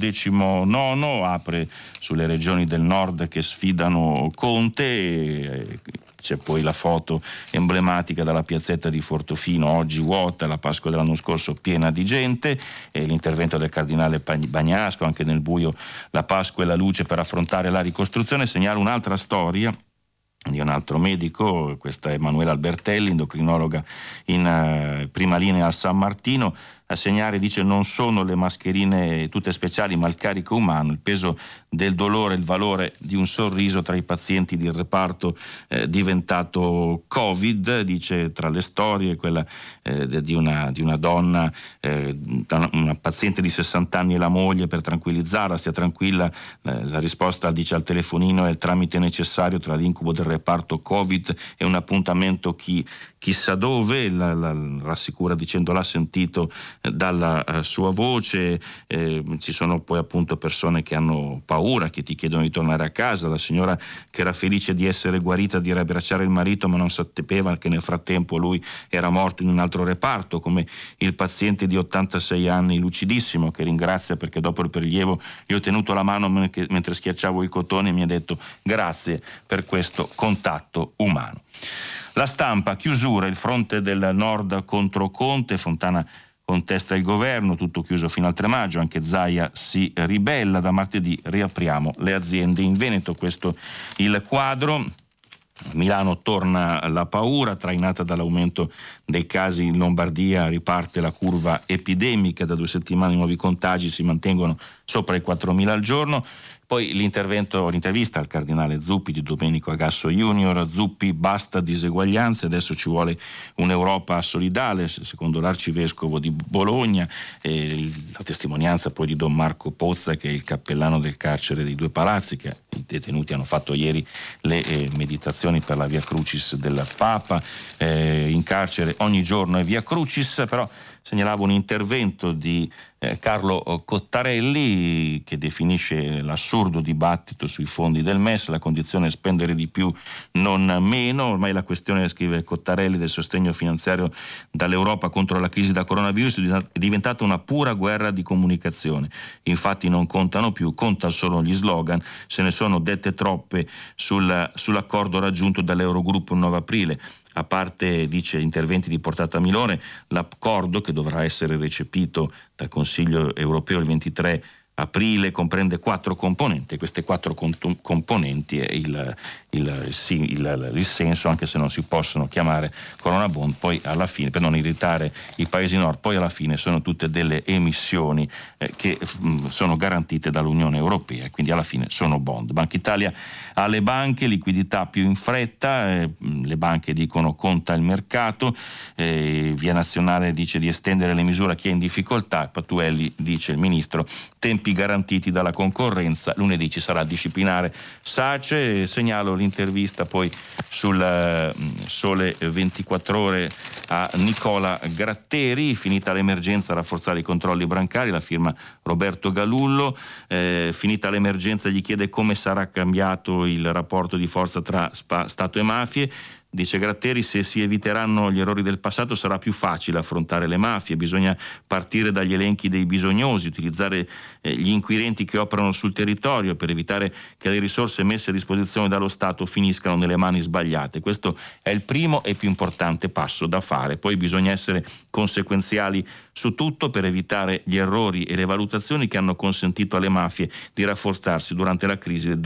XIX apre sulle regioni del nord che sfidano Conte. C'è poi la foto emblematica dalla piazzetta di Fortofino, oggi vuota, la Pasqua dell'anno scorso piena di gente, e l'intervento del cardinale Bagnasco, anche nel buio la Pasqua e la luce per affrontare la ricostruzione. Segnalo un'altra storia di un altro medico, questa è Emanuela Albertelli, endocrinologa in prima linea al San Martino. a segnare, dice, non sono le mascherine tutte speciali ma il carico umano, il peso del dolore, il valore di un sorriso tra i pazienti del reparto diventato Covid, dice, tra le storie quella di una donna, una paziente di 60 anni e la moglie, per tranquillizzarla, stia tranquilla, la risposta, dice, al telefonino è il tramite necessario tra l'incubo del reparto Covid e un appuntamento chissà dove, la rassicura dicendo l'ha sentito dalla sua voce. Ci sono poi appunto persone che hanno paura, che ti chiedono di tornare a casa, la signora che era felice di essere guarita, di riabbracciare il marito ma non sapeva che nel frattempo lui era morto in un altro reparto, come il paziente di 86 anni lucidissimo che ringrazia perché dopo il prelievo gli ho tenuto la mano mentre schiacciavo il cotone e mi ha detto grazie per questo contatto umano. La Stampa, chiusura, il fronte del Nord contro Conte, Fontana contesta il governo, tutto chiuso fino al 3 maggio, anche Zaia si ribella, da martedì riapriamo le aziende in Veneto, questo il quadro. Milano torna la paura, trainata dall'aumento dei casi in Lombardia, riparte la curva epidemica, da 2 settimane i nuovi contagi si mantengono sopra i 4.000 al giorno. Poi l'intervista al cardinale Zuppi di Domenico Agasso Junior. Zuppi, basta diseguaglianze, adesso ci vuole un'Europa solidale, secondo l'arcivescovo di Bologna. La testimonianza poi di Don Marco Pozza, che è il cappellano del carcere dei Due Palazzi, che i detenuti hanno fatto ieri le meditazioni per la Via Crucis del Papa. In carcere ogni giorno è Via Crucis, però segnalavo un intervento di Carlo Cottarelli che definisce l'assurdo dibattito sui fondi del MES, la condizione è spendere di più non meno. Ormai la questione, scrive Cottarelli, del sostegno finanziario dall'Europa contro la crisi da coronavirus è diventata una pura guerra di comunicazione. Infatti non contano più, contano solo gli slogan, se ne sono dette troppe sull'accordo raggiunto dall'Eurogruppo il 9 aprile. A parte, dice, interventi di portata minore, l'accordo, che dovrà essere recepito dal Consiglio europeo il 23 aprile, comprende 4 componenti. Queste 4 componenti è il senso, anche se non si possono chiamare Corona Bond, poi alla fine, per non irritare i paesi nord, poi alla fine sono tutte delle emissioni che sono garantite dall'Unione Europea e quindi alla fine sono bond. Banca Italia alle banche, liquidità più in fretta, le banche dicono conta il mercato, Via Nazionale dice di estendere le misure a chi è in difficoltà, Patuelli, dice il ministro, tempi garantiti dalla concorrenza, lunedì ci sarà disciplinare SACE. Segnalo l'intervista poi sul Sole 24 Ore a Nicola Gratteri, finita l'emergenza rafforzare i controlli bancari, la firma Roberto Galullo. Finita l'emergenza gli chiede come sarà cambiato il rapporto di forza tra Stato e mafie. Dice Gratteri, se si eviteranno gli errori del passato sarà più facile affrontare le mafie, bisogna partire dagli elenchi dei bisognosi, utilizzare gli inquirenti che operano sul territorio per evitare che le risorse messe a disposizione dallo Stato finiscano nelle mani sbagliate. Questo è il primo e più importante passo da fare. Poi bisogna essere conseguenziali su tutto per evitare gli errori e le valutazioni che hanno consentito alle mafie di rafforzarsi durante la crisi del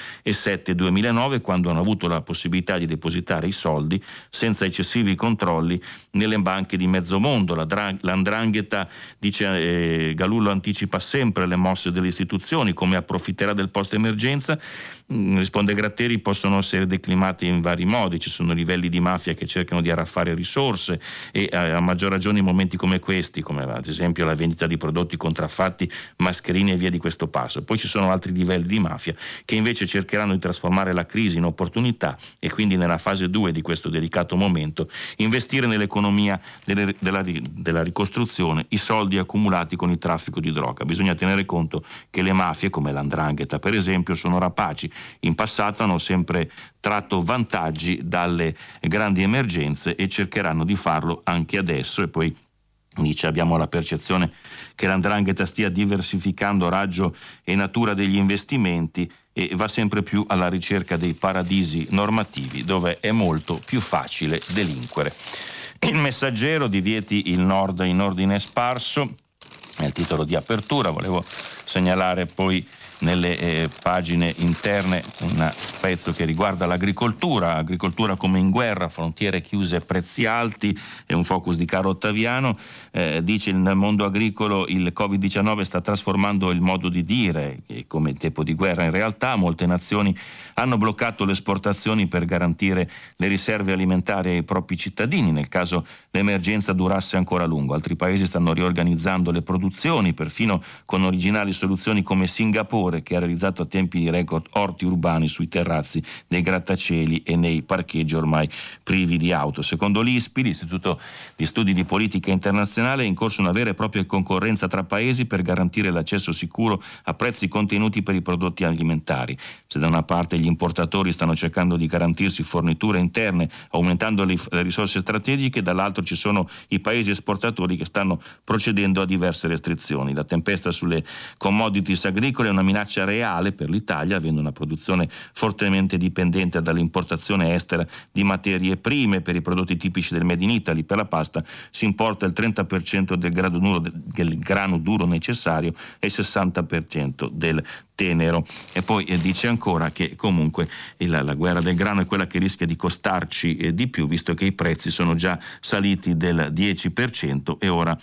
2007-2009, quando hanno avuto la possibilità di depositare i soldi senza eccessivi controlli nelle banche di mezzo mondo. L'andrangheta, dice Galullo, anticipa sempre le mosse delle istituzioni, come approfitterà del post emergenza. Risponde Gratteri, possono essere declinate in vari modi, ci sono livelli di mafia che cercano di arraffare risorse e a maggior ragione in momenti come questi, come ad esempio la vendita di prodotti contraffatti, mascherine e via di questo passo. Poi ci sono altri livelli di mafia che invece cercheranno di trasformare la crisi in opportunità e quindi nella fase 2 di questo delicato momento investire nell'economia della ricostruzione i soldi accumulati con il traffico di droga. Bisogna tenere conto che le mafie, come l'andrangheta per esempio, sono rapaci. In passato hanno sempre tratto vantaggi dalle grandi emergenze e cercheranno di farlo anche adesso. E poi dice, abbiamo la percezione che l'andrangheta stia diversificando raggio e natura degli investimenti e va sempre più alla ricerca dei paradisi normativi dove è molto più facile delinquere. Il Messaggero, divieti il Nord in ordine sparso, è il titolo di apertura. Volevo segnalare poi nelle pagine interne un pezzo che riguarda l'agricoltura come in guerra, frontiere chiuse, prezzi alti, è un focus di Caro Ottaviano. Dice: nel mondo agricolo il Covid-19 sta trasformando il modo di dire, che come in tempo di guerra in realtà molte nazioni hanno bloccato le esportazioni per garantire le riserve alimentari ai propri cittadini nel caso l'emergenza durasse ancora a lungo. Altri paesi stanno riorganizzando le produzioni, perfino con originali soluzioni come Singapore, che ha realizzato a tempi di record orti urbani sui terrazzi dei grattacieli e nei parcheggi ormai privi di auto. Secondo l'ISPI, l'Istituto di Studi di Politica Internazionale, è in corso una vera e propria concorrenza tra paesi per garantire l'accesso sicuro a prezzi contenuti per i prodotti alimentari. Se da una parte gli importatori stanno cercando di garantirsi forniture interne aumentando le risorse strategiche, dall'altro ci sono i paesi esportatori che stanno procedendo a diverse restrizioni. La tempesta sulle commodities agricole è una minaccia reale per l'Italia, avendo una produzione fortemente dipendente dall'importazione estera di materie prime. Per i prodotti tipici del Made in Italy, per la pasta si importa il 30% del grano duro necessario e il 60% del tenero. E poi dice ancora che comunque la guerra del grano è quella che rischia di costarci di più, visto che i prezzi sono già saliti del 10% e ora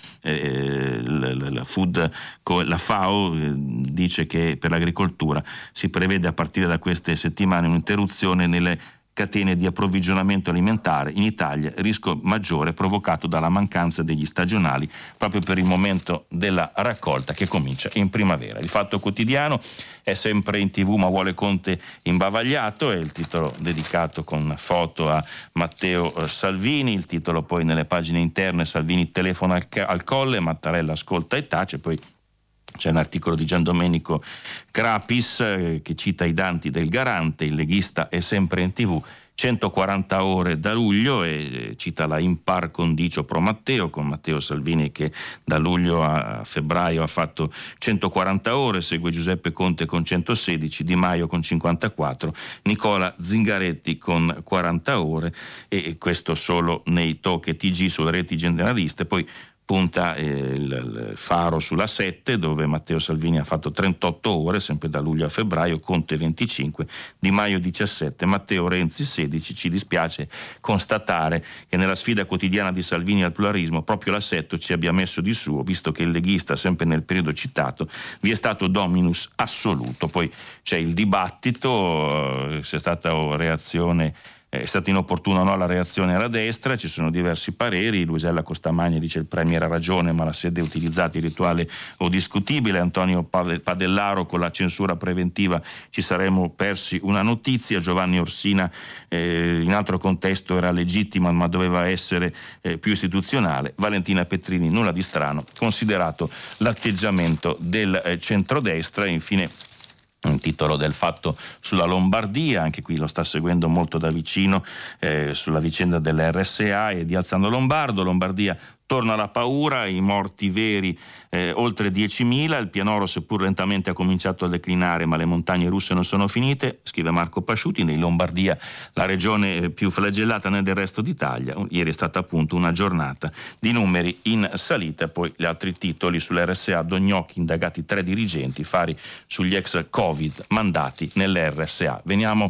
la FAO dice che per l'agricoltura si prevede a partire da queste settimane un'interruzione nelle catene di approvvigionamento alimentare in Italia, rischio maggiore provocato dalla mancanza degli stagionali proprio per il momento della raccolta che comincia in primavera. Il Fatto Quotidiano è sempre in TV ma vuole Conte imbavagliato, è il titolo dedicato con foto a Matteo Salvini. Il titolo poi nelle pagine interne: Salvini telefona al Colle, Mattarella ascolta e tace. Poi c'è un articolo di Giandomenico Crapis che cita i danti del Garante, il leghista è sempre in TV, 140 ore da luglio, e cita la impar condicio pro Matteo, con Matteo Salvini che da luglio a febbraio ha fatto 140 ore, segue Giuseppe Conte con 116, Di Maio con 54, Nicola Zingaretti con 40 ore, e questo solo nei talk e TG sulle reti generaliste. Poi punta il Faro sulla 7, dove Matteo Salvini ha fatto 38 ore, sempre da luglio a febbraio, Conte 25, Di Maio 17, Matteo Renzi 16. Ci dispiace constatare che nella sfida quotidiana di Salvini al pluralismo proprio la 7 ci abbia messo di suo, visto che il leghista, sempre nel periodo citato, vi è stato dominus assoluto. Poi c'è il dibattito, c'è stata reazione. È stata inopportuna o no la reazione alla destra, ci sono diversi pareri. Luisella Costamagna dice il Premier ha ragione ma la sede utilizzata è rituale o discutibile. Antonio Padellaro: con la censura preventiva ci saremmo persi una notizia. Giovanni Orsina in altro contesto era legittima ma doveva essere più istituzionale. Valentina Petrini: nulla di strano considerato l'atteggiamento del centrodestra. E infine un titolo del Fatto sulla Lombardia, anche qui lo sta seguendo molto da vicino, sulla vicenda dell'RSA e di Alzando Lombardo. Lombardia torna la paura, i morti veri oltre 10.000, il pianoro seppur lentamente ha cominciato a declinare ma le montagne russe non sono finite, scrive Marco Pasciuti. In Lombardia, la regione più flagellata nel resto d'Italia, ieri è stata appunto una giornata di numeri in salita. Poi gli altri titoli sull'RSA: Dognocchi, indagati 3 dirigenti, Fari sugli ex Covid mandati nell'RSA. Veniamo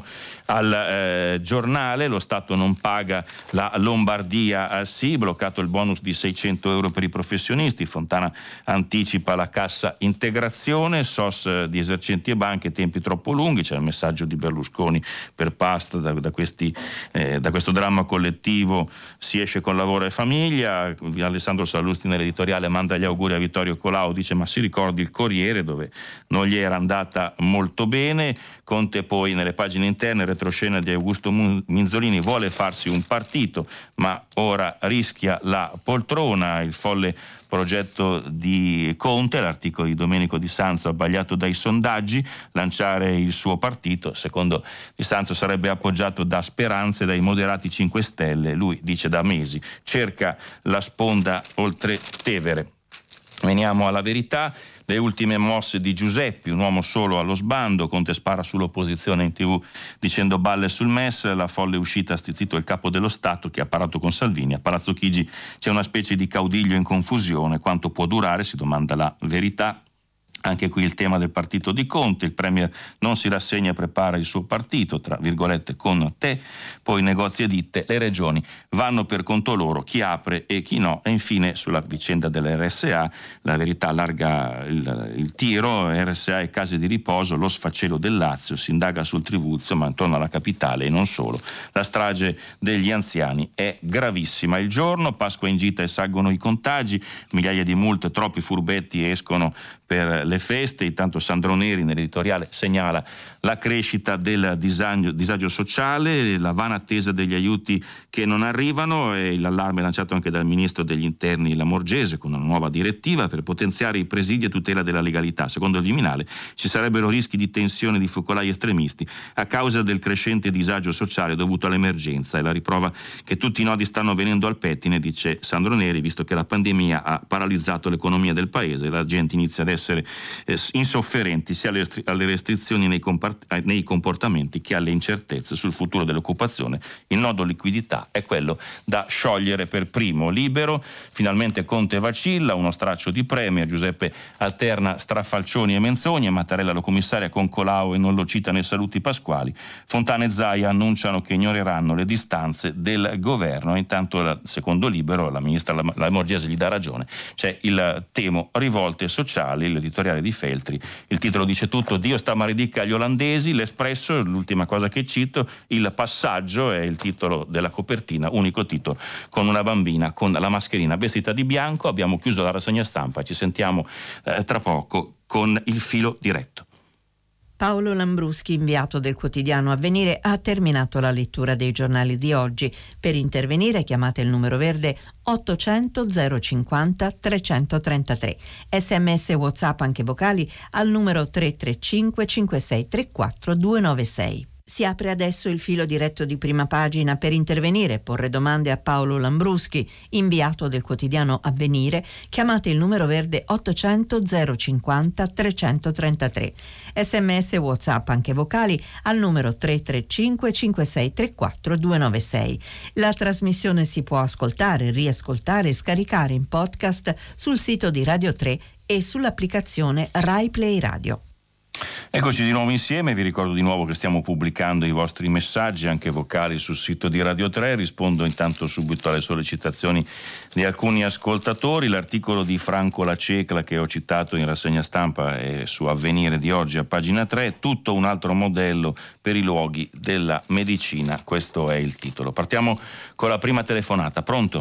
al giornale. Lo Stato non paga, la Lombardia sì, bloccato il bonus di 600 euro per i professionisti, Fontana anticipa la cassa integrazione, SOS di esercenti e banche, tempi troppo lunghi. C'è il messaggio di Berlusconi per Pasta: da questo dramma collettivo si esce con lavoro e famiglia. Alessandro Sallusti nell'editoriale manda gli auguri a Vittorio Colau, dice ma si ricordi il Corriere dove non gli era andata molto bene. Conte poi nelle pagine interne, retroscena di Augusto Minzolini: vuole farsi un partito ma ora rischia la poltrona. Il folle progetto di Conte, l'articolo di Domenico Di Sanzo, abbagliato dai sondaggi, lanciare il suo partito. Secondo Di Sanzo sarebbe appoggiato da Speranza e dai moderati 5 Stelle, lui dice da mesi cerca la sponda oltre Tevere. Veniamo alla Verità. Le ultime mosse di Giuseppi, un uomo solo allo sbando. Conte spara sull'opposizione in TV dicendo balle sul MES. La folle uscita ha stizzito il capo dello Stato che ha parlato con Salvini. A Palazzo Chigi c'è una specie di caudiglio in confusione. Quanto può durare? Si domanda la Verità. Anche qui il tema del partito di Conte, il Premier non si rassegna e prepara il suo partito, tra virgolette, con te, poi negozi e ditte, le regioni vanno per conto loro, chi apre e chi no. E infine sulla vicenda dell'RSA, la verità allarga il tiro, RSA e case di riposo, lo sfacelo del Lazio, si indaga sul Trivulzio ma intorno alla capitale e non solo. La strage degli anziani è gravissima. Il giorno, Pasqua in gita e salgono i contagi, migliaia di multe, troppi furbetti escono per le feste. Intanto Sandro Neri nell'editoriale segnala la crescita del disagio sociale, la vana attesa degli aiuti che non arrivano e l'allarme lanciato anche dal ministro degli interni Lamorgese con una nuova direttiva per potenziare i presidi a tutela della legalità. Secondo il Viminale ci sarebbero rischi di tensione di focolai estremisti a causa del crescente disagio sociale dovuto all'emergenza, e la riprova che tutti i nodi stanno venendo al pettine, dice Sandro Neri, visto che la pandemia ha paralizzato l'economia del paese, la gente inizia ad essere insofferenti sia alle restrizioni nei comportamenti che alle incertezze sul futuro dell'occupazione. Il nodo liquidità è quello da sciogliere per primo. Libero, finalmente Conte vacilla, uno straccio di Premier, Giuseppe alterna strafalcioni e menzogne, Mattarella lo commissaria con Colau e non lo cita nei saluti pasquali, Fontana e Zaia annunciano che ignoreranno le distanze del governo. Intanto, secondo Libero, la ministra Lamorgese gli dà ragione, c'è il temo rivolte sociali, l'editoriale di Feltri, il titolo dice tutto, Dio sta maledica agli olandesi. L'Espresso, l'ultima cosa che cito, il passaggio è il titolo della copertina, unico titolo, con una bambina con la mascherina vestita di bianco. Abbiamo chiuso la rassegna stampa, ci sentiamo tra poco con il filo diretto. Paolo Lambruschi, inviato del quotidiano Avvenire, ha terminato la lettura dei giornali di oggi. Per intervenire chiamate il numero verde 800 050 333. SMS e WhatsApp anche vocali al numero 335 5634 296. Si apre adesso il filo diretto di Prima Pagina. Per intervenire e porre domande a Paolo Lambruschi, inviato del quotidiano Avvenire, chiamate il numero verde 800 050 333. SMS e WhatsApp anche vocali al numero 335 5634 296. La trasmissione si può ascoltare, riascoltare e scaricare in podcast sul sito di Radio 3 e sull'applicazione Rai Play Radio. Eccoci di nuovo insieme, vi ricordo di nuovo che stiamo pubblicando i vostri messaggi anche vocali sul sito di Radio 3, rispondo intanto subito alle sollecitazioni di alcuni ascoltatori. L'articolo di Franco Lacecla che ho citato in rassegna stampa è su Avvenire di oggi a pagina 3, tutto un altro modello per i luoghi della medicina, questo è il titolo. Partiamo con la prima telefonata, pronto?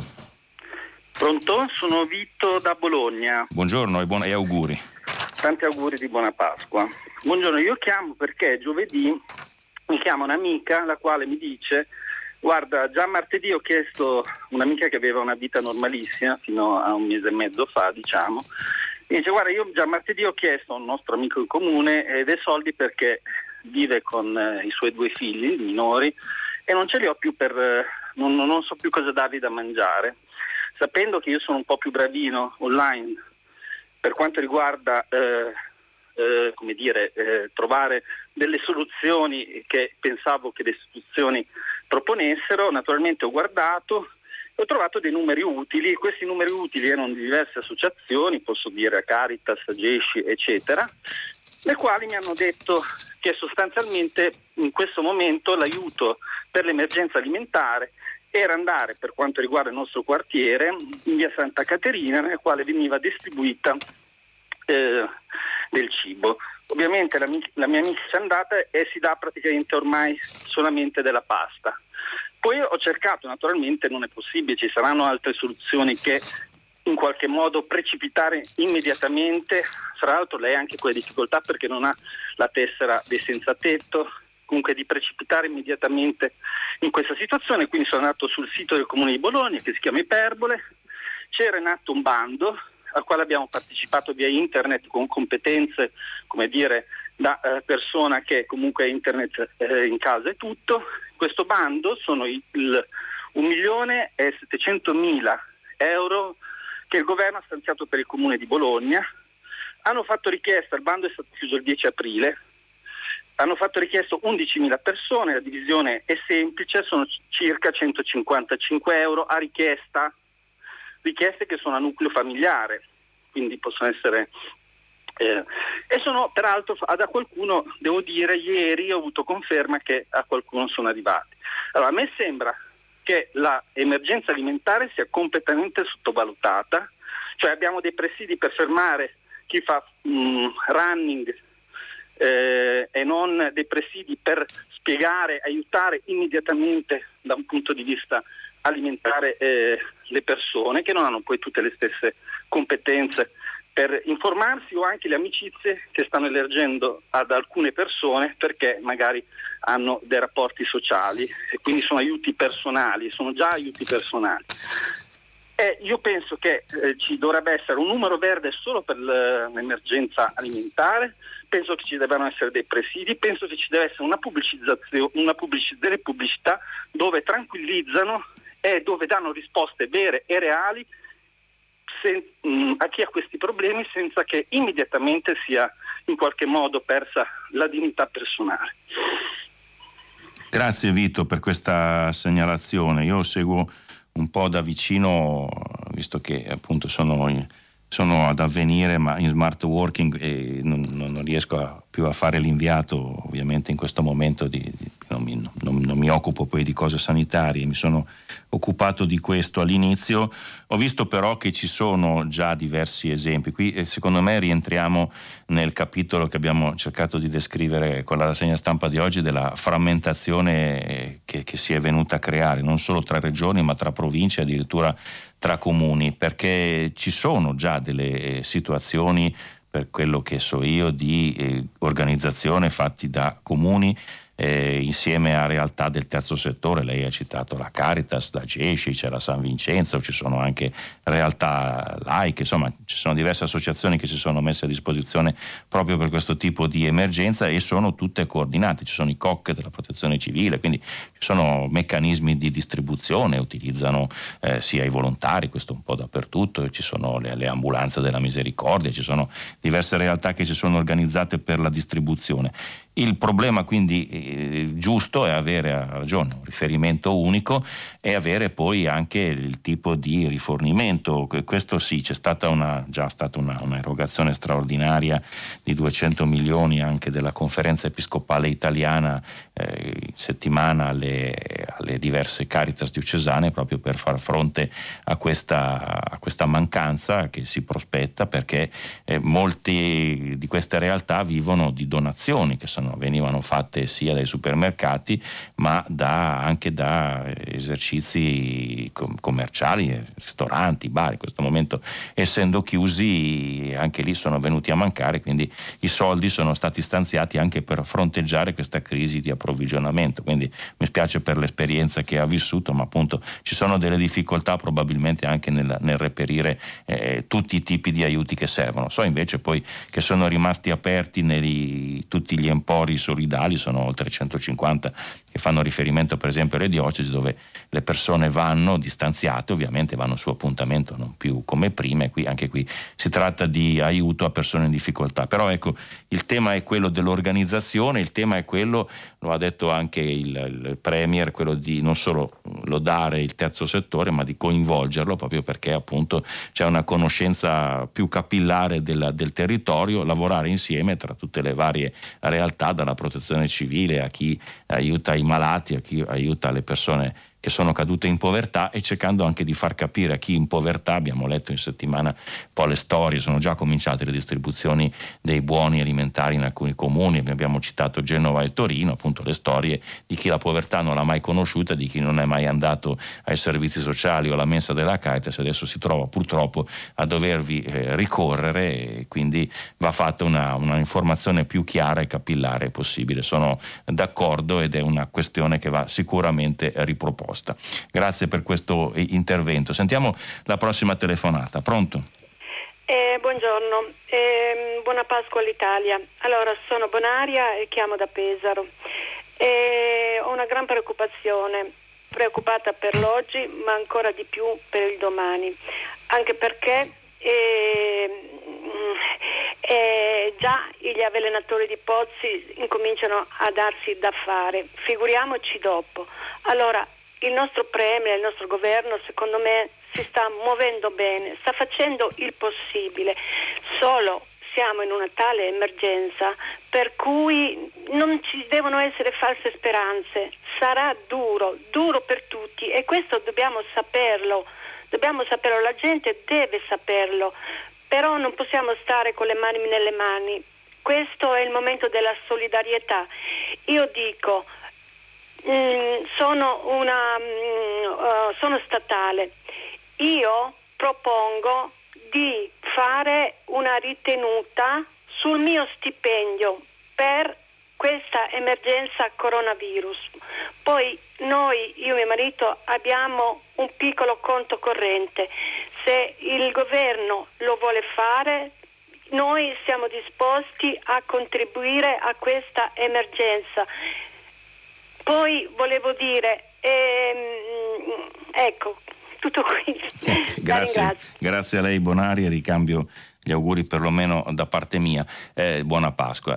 Pronto? Sono Vito da Bologna. Buongiorno e auguri. Tanti auguri di buona Pasqua. Buongiorno, io chiamo perché giovedì mi chiama un'amica la quale mi dice: guarda, già martedì ho chiesto, un'amica che aveva una vita normalissima fino a un mese e mezzo fa, diciamo, mi dice: guarda, io già martedì ho chiesto a un nostro amico in comune dei soldi perché vive con i suoi 2 figli minori e non ce li ho più non so più cosa dargli da mangiare. Sapendo che io sono un po' più bravino online per quanto riguarda trovare delle soluzioni che pensavo che le istituzioni proponessero, naturalmente ho guardato e ho trovato dei numeri utili. Questi numeri utili erano di diverse associazioni, posso dire Caritas, Gesci, eccetera, le quali mi hanno detto che sostanzialmente in questo momento l'aiuto per l'emergenza alimentare era andare, per quanto riguarda il nostro quartiere, in via Santa Caterina, nel quale veniva distribuita del cibo. Ovviamente la mia amica c'è andata e si dà praticamente ormai solamente della pasta. Poi ho cercato, naturalmente non è possibile, ci saranno altre soluzioni che in qualche modo precipitare immediatamente. Tra l'altro lei ha anche quelle difficoltà perché non ha la tessera dei senza tetto, comunque di precipitare immediatamente in questa situazione. Quindi sono andato sul sito del Comune di Bologna che si chiama Iperbole, c'era in atto un bando al quale abbiamo partecipato via internet con competenze, come dire, da persona che comunque internet in casa e tutto. Questo bando sono 1.700.000 euro che il governo ha stanziato per il Comune di Bologna. Hanno fatto richiesta, il bando è stato chiuso il 10 aprile, hanno fatto richiesta 11.000 persone, la divisione è semplice, sono circa 155 euro a richieste che sono a nucleo familiare, quindi possono essere E sono peraltro, da qualcuno, devo dire, ieri ho avuto conferma che a qualcuno sono arrivati. Allora, a me sembra che l'emergenza alimentare sia completamente sottovalutata, cioè abbiamo dei presidi per fermare chi fa running e non dei presidi per spiegare, aiutare immediatamente da un punto di vista alimentare le persone che non hanno poi tutte le stesse competenze per informarsi, o anche le amicizie che stanno elargendo ad alcune persone perché magari hanno dei rapporti sociali e quindi sono aiuti personali, sono già aiuti personali. E io penso che ci dovrebbe essere un numero verde solo per l'emergenza alimentare, penso che ci debbano essere dei presidi, penso che ci deve essere una pubblicizzazione, delle pubblicità dove tranquillizzano e dove danno risposte vere e reali a chi ha questi problemi, senza che immediatamente sia in qualche modo persa la dignità personale. Grazie Vito per questa segnalazione. Io seguo un po' da vicino, visto che appunto sono ad Avvenire, ma in smart working, e non riesco più a fare l'inviato ovviamente in questo momento, non mi occupo poi di cose sanitarie, mi sono occupato di questo all'inizio. Ho visto però che ci sono già diversi esempi qui e secondo me rientriamo nel capitolo che abbiamo cercato di descrivere con la rassegna stampa di oggi, della frammentazione che si è venuta a creare non solo tra regioni ma tra province, addirittura tra comuni, perché ci sono già delle situazioni, per quello che so io, di organizzazione fatti da comuni insieme a realtà del terzo settore. Lei ha citato la Caritas, la GESCI, c'è la San Vincenzo, ci sono anche realtà laiche, insomma ci sono diverse associazioni che si sono messe a disposizione proprio per questo tipo di emergenza e sono tutte coordinate. Ci sono i COC della Protezione Civile, quindi ci sono meccanismi di distribuzione, utilizzano sia i volontari, questo un po' dappertutto, ci sono le ambulanze della misericordia, ci sono diverse realtà che si sono organizzate per la distribuzione. Il problema quindi giusto è avere, ha ragione, un riferimento unico e avere poi anche il tipo di rifornimento. Questo sì, c'è stata già stata una erogazione straordinaria di 200 milioni anche della Conferenza Episcopale Italiana in settimana alle diverse Caritas diocesane, proprio per far fronte a questa mancanza che si prospetta, perché molti di queste realtà vivono di donazioni che venivano fatte sia dai supermercati ma anche da esercizi commerciali, ristoranti, bar. In questo momento, essendo chiusi, anche lì sono venuti a mancare, quindi i soldi sono stati stanziati anche per fronteggiare questa crisi di approvvigionamento. Quindi mi spiace per l'esperienza che ha vissuto, ma appunto ci sono delle difficoltà probabilmente anche nel reperire tutti i tipi di aiuti che servono. So invece poi che sono rimasti aperti tutti gli empori solidali, sono oltre 150 che fanno riferimento per esempio alle diocesi, dove le persone vanno distanziate, ovviamente vanno su appuntamento, non più come prima, e anche qui si tratta di aiuto a persone in difficoltà. Però ecco, il tema è quello dell'organizzazione, il tema è quello, lo ha detto anche il Premier, quello di non solo lodare il terzo settore ma di coinvolgerlo, proprio perché appunto c'è una conoscenza più capillare del territorio, lavorare insieme tra tutte le varie realtà, dalla protezione civile a chi aiuta i malati, a chi aiuta le persone che sono cadute in povertà, e cercando anche di far capire a chi in povertà. Abbiamo letto in settimana un po' le storie, sono già cominciate le distribuzioni dei buoni alimentari in alcuni comuni, abbiamo citato Genova e Torino, appunto le storie di chi la povertà non l'ha mai conosciuta, di chi non è mai andato ai servizi sociali o alla mensa della Caritas, adesso si trova purtroppo a dovervi ricorrere, e quindi va fatta una informazione più chiara e capillare possibile. Sono d'accordo ed è una questione che va sicuramente riproposta. Grazie per questo intervento. Sentiamo la prossima telefonata. Pronto? Buongiorno, buona Pasqua all'Italia. Allora, sono Bonaria e chiamo da Pesaro. Ho una gran preoccupata per l'oggi, ma ancora di più per il domani, anche perché già gli avvelenatori di pozzi incominciano a darsi da fare, figuriamoci dopo. Allora, il nostro Premier, il nostro governo, secondo me si sta muovendo bene, sta facendo il possibile, solo siamo in una tale emergenza per cui non ci devono essere false speranze. Sarà duro per tutti e questo dobbiamo saperlo, la gente deve saperlo, però non possiamo stare con le mani nelle mani. Questo è il momento della solidarietà. Io dico, sono statale, io propongo di fare una ritenuta sul mio stipendio per questa emergenza coronavirus. Poi noi, io e mio marito, abbiamo un piccolo conto corrente. Se il governo lo vuole fare, noi siamo disposti a contribuire a questa emergenza. Poi volevo dire, ecco, tutto qui. Grazie a lei Bonaria, ricambio gli auguri perlomeno da parte mia. Buona Pasqua.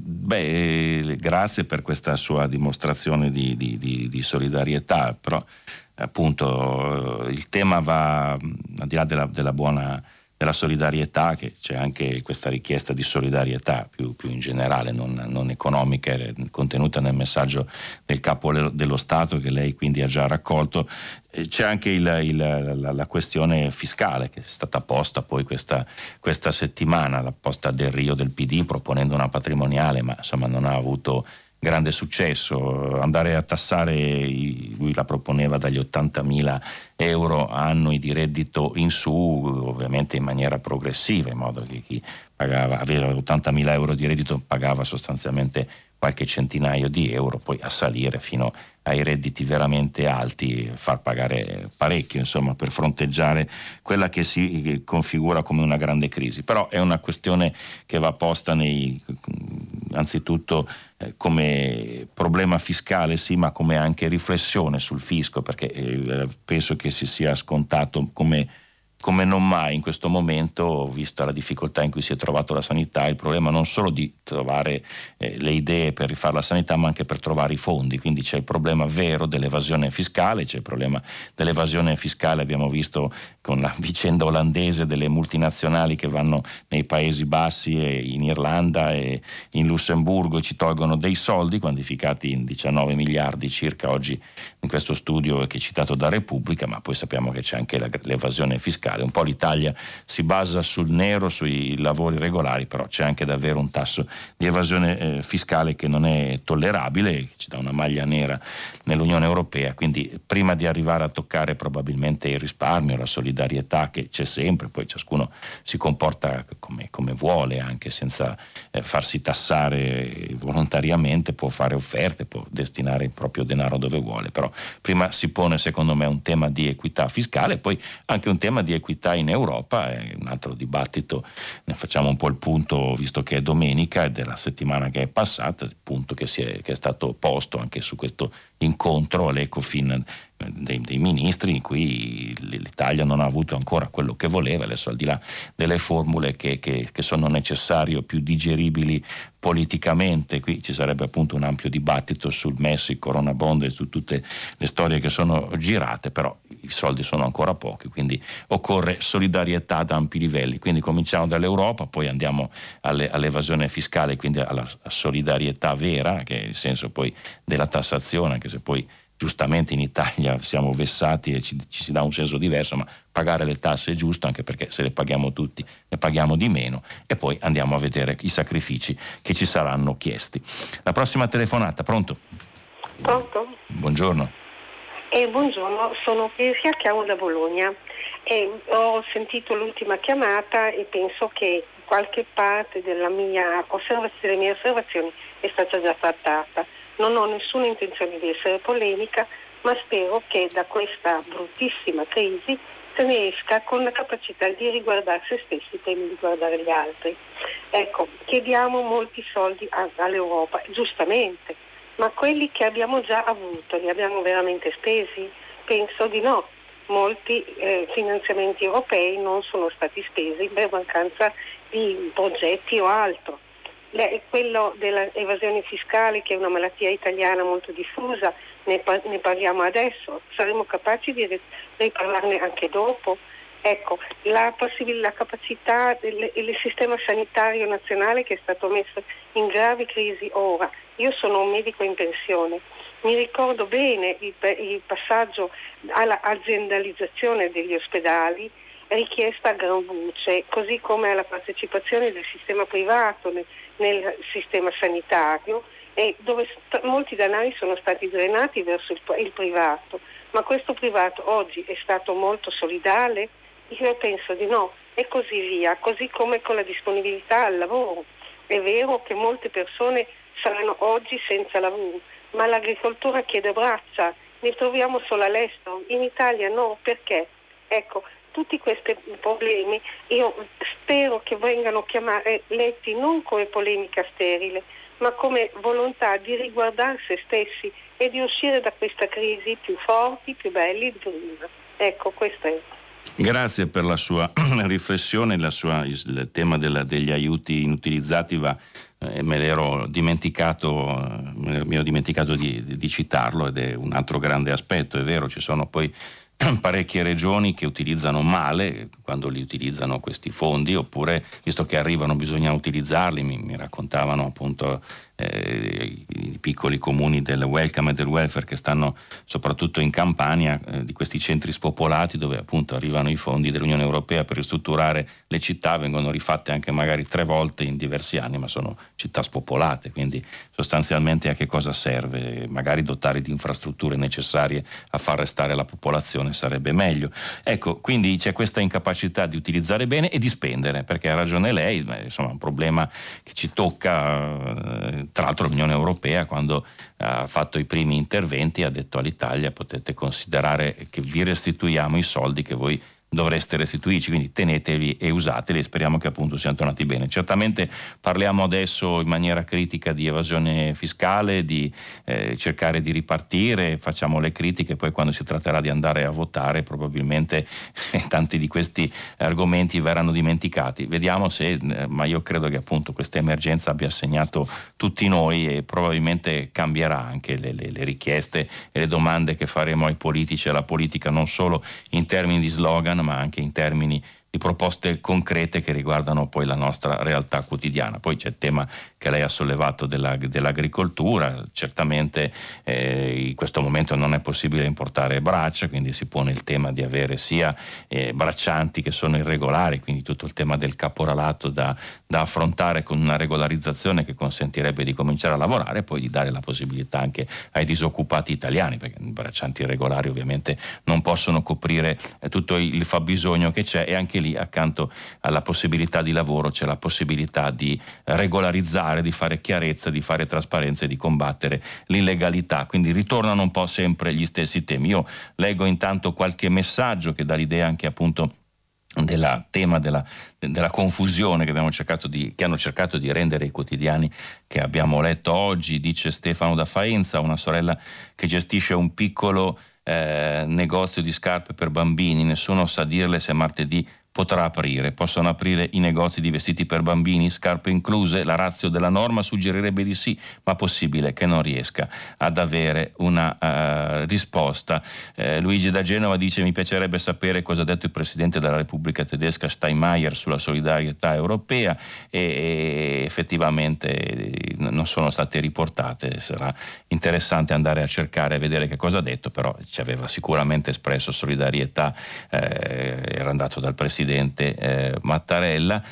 Grazie per questa sua dimostrazione di solidarietà, però appunto il tema va al di là della solidarietà, che c'è anche questa richiesta di solidarietà più in generale, non economica, contenuta nel messaggio del Capo dello Stato, che lei quindi ha già raccolto. C'è anche la questione fiscale che è stata posta poi questa settimana, la posta del Rio del PD proponendo una patrimoniale, ma insomma non ha avuto grande successo. Andare a tassare, lui la proponeva dagli 80.000 euro annui di reddito in su, ovviamente in maniera progressiva, in modo che chi aveva 80.000 euro di reddito pagava sostanzialmente qualche centinaio di euro, poi a salire fino ai redditi veramente alti, far pagare parecchio, insomma, per fronteggiare quella che si configura come una grande crisi. Però è una questione che va posta anzitutto come problema fiscale, sì, ma come anche riflessione sul fisco, perché penso che si sia scontato come non mai in questo momento, vista la difficoltà in cui si è trovato la sanità, il problema non solo di trovare le idee per rifare la sanità, ma anche per trovare i fondi. Quindi c'è il problema vero dell'evasione fiscale, c'è il problema dell'evasione fiscale, abbiamo visto con la vicenda olandese delle multinazionali che vanno nei Paesi Bassi e in Irlanda e in Lussemburgo e ci tolgono dei soldi quantificati in 19 miliardi circa oggi in questo studio che è citato da Repubblica, ma poi sappiamo che c'è anche l'evasione fiscale. Un po' l'Italia si basa sul nero, sui lavori regolari, però c'è anche davvero un tasso di evasione fiscale che non è tollerabile, che ci dà una maglia nera nell'Unione Europea. Quindi prima di arrivare a toccare probabilmente il risparmio, la solidarietà che c'è sempre, poi ciascuno si comporta come vuole, anche senza farsi tassare volontariamente, può fare offerte, può destinare il proprio denaro dove vuole, però prima si pone secondo me un tema di equità fiscale, poi anche un tema di equità in Europa. È un altro dibattito, ne facciamo un po' il punto visto che è domenica e della settimana che è passata, il punto che è stato posto anche su questo incontro all'Ecofin dei ministri, in cui l'Italia non ha avuto ancora quello che voleva. Adesso, al di là delle formule che sono necessarie o più digeribili politicamente, qui ci sarebbe appunto un ampio dibattito sul MES, il Corona Bond e su tutte le storie che sono girate, però i soldi sono ancora pochi, quindi occorre solidarietà ad ampi livelli. Quindi cominciamo dall'Europa, poi andiamo all'evasione fiscale, quindi alla solidarietà vera, che è il senso poi della tassazione, anche se poi giustamente in Italia siamo vessati e ci si dà un senso diverso, ma pagare le tasse è giusto, anche perché se le paghiamo tutti ne paghiamo di meno, e poi andiamo a vedere i sacrifici che ci saranno chiesti. La prossima telefonata, pronto? Pronto? Buongiorno. Buongiorno, sono Pesia, chiamo da Bologna e ho sentito l'ultima chiamata e penso che qualche parte delle mie osservazioni è stata già trattata. Non ho nessuna intenzione di essere polemica, ma spero che da questa bruttissima crisi se ne esca con la capacità di riguardare se stessi prima di guardare gli altri. Ecco, chiediamo molti soldi all'Europa, giustamente, ma quelli che abbiamo già avuto li abbiamo veramente spesi? Penso di no. Molti finanziamenti europei non sono stati spesi per mancanza di progetti o altro. Quello dell'evasione fiscale, che è una malattia italiana molto diffusa, ne parliamo adesso, saremo capaci di riparlarne anche dopo. Ecco, la capacità del sistema sanitario nazionale che è stato messo in grave crisi ora. Io sono un medico in pensione, mi ricordo bene il passaggio all'aziendalizzazione degli ospedali richiesta a gran voce, così come alla partecipazione del sistema privato nel sistema sanitario, e dove molti denari sono stati drenati verso il privato, ma questo privato oggi è stato molto solidale? Io penso di no, e così via, così come con la disponibilità al lavoro. È vero che molte persone saranno oggi senza lavoro, ma l'agricoltura chiede braccia, ne troviamo solo all'estero, in Italia no, perché? Ecco, tutti questi problemi io spero che vengano letti non come polemica sterile, ma come volontà di riguardare se stessi e di uscire da questa crisi più forti, più belli di prima. Ecco, questo è. Grazie per la sua riflessione, il tema degli aiuti inutilizzati mi ero dimenticato di citarlo, ed è un altro grande aspetto. È vero, ci sono poi parecchie regioni che utilizzano male quando li utilizzano questi fondi, oppure visto che arrivano bisogna utilizzarli. Mi raccontavano appunto i piccoli comuni del welcome e del welfare che stanno soprattutto in Campania, di questi centri spopolati dove appunto arrivano i fondi dell'Unione Europea per ristrutturare le città, vengono rifatte anche magari 3 volte in diversi anni, ma sono città spopolate, quindi sostanzialmente a che cosa serve? Magari dotare di infrastrutture necessarie a far restare la popolazione sarebbe meglio. Ecco, quindi c'è questa incapacità di utilizzare bene e di spendere, perché ha ragione lei, insomma è un problema che ci tocca. Tra l'altro l'Unione Europea, quando ha fatto i primi interventi, ha detto all'Italia: potete considerare che vi restituiamo i soldi che voi dovreste restituirci, quindi teneteli e usateli, e speriamo che appunto siano tornati bene. Certamente parliamo adesso in maniera critica di evasione fiscale, di cercare di ripartire, facciamo le critiche, poi quando si tratterà di andare a votare probabilmente tanti di questi argomenti verranno dimenticati. Vediamo se, ma io credo che appunto questa emergenza abbia segnato tutti noi, e probabilmente cambierà anche le richieste e le domande che faremo ai politici e alla politica, non solo in termini di slogan, ma anche in termini di proposte concrete che riguardano poi la nostra realtà quotidiana. Poi c'è il tema che lei ha sollevato dell'agricoltura. Certamente in questo momento non è possibile importare braccia, quindi si pone il tema di avere sia braccianti che sono irregolari, quindi tutto il tema del caporalato da affrontare con una regolarizzazione che consentirebbe di cominciare a lavorare, e poi di dare la possibilità anche ai disoccupati italiani, perché i braccianti irregolari ovviamente non possono coprire tutto il fabbisogno che c'è, e anche lì accanto alla possibilità di lavoro c'è la possibilità di regolarizzare, di fare chiarezza, di fare trasparenza e di combattere l'illegalità. Quindi ritornano un po' sempre gli stessi temi. Io leggo intanto qualche messaggio che dà l'idea anche appunto del tema della confusione che hanno cercato di rendere i quotidiani che abbiamo letto oggi. Dice Stefano da Faenza: una sorella che gestisce un piccolo negozio di scarpe per bambini, nessuno sa dirle se martedì potrà aprire. Possono aprire i negozi di vestiti per bambini, scarpe incluse? La ratio della norma suggerirebbe di sì, ma possibile che non riesca ad avere una risposta. Luigi da Genova dice: mi piacerebbe sapere cosa ha detto il Presidente della Repubblica Tedesca Steinmeier sulla solidarietà europea, e effettivamente non sono state riportate. Sarà interessante andare a cercare e vedere che cosa ha detto, però ci aveva sicuramente espresso solidarietà, era andato dal Presidente Mattarella.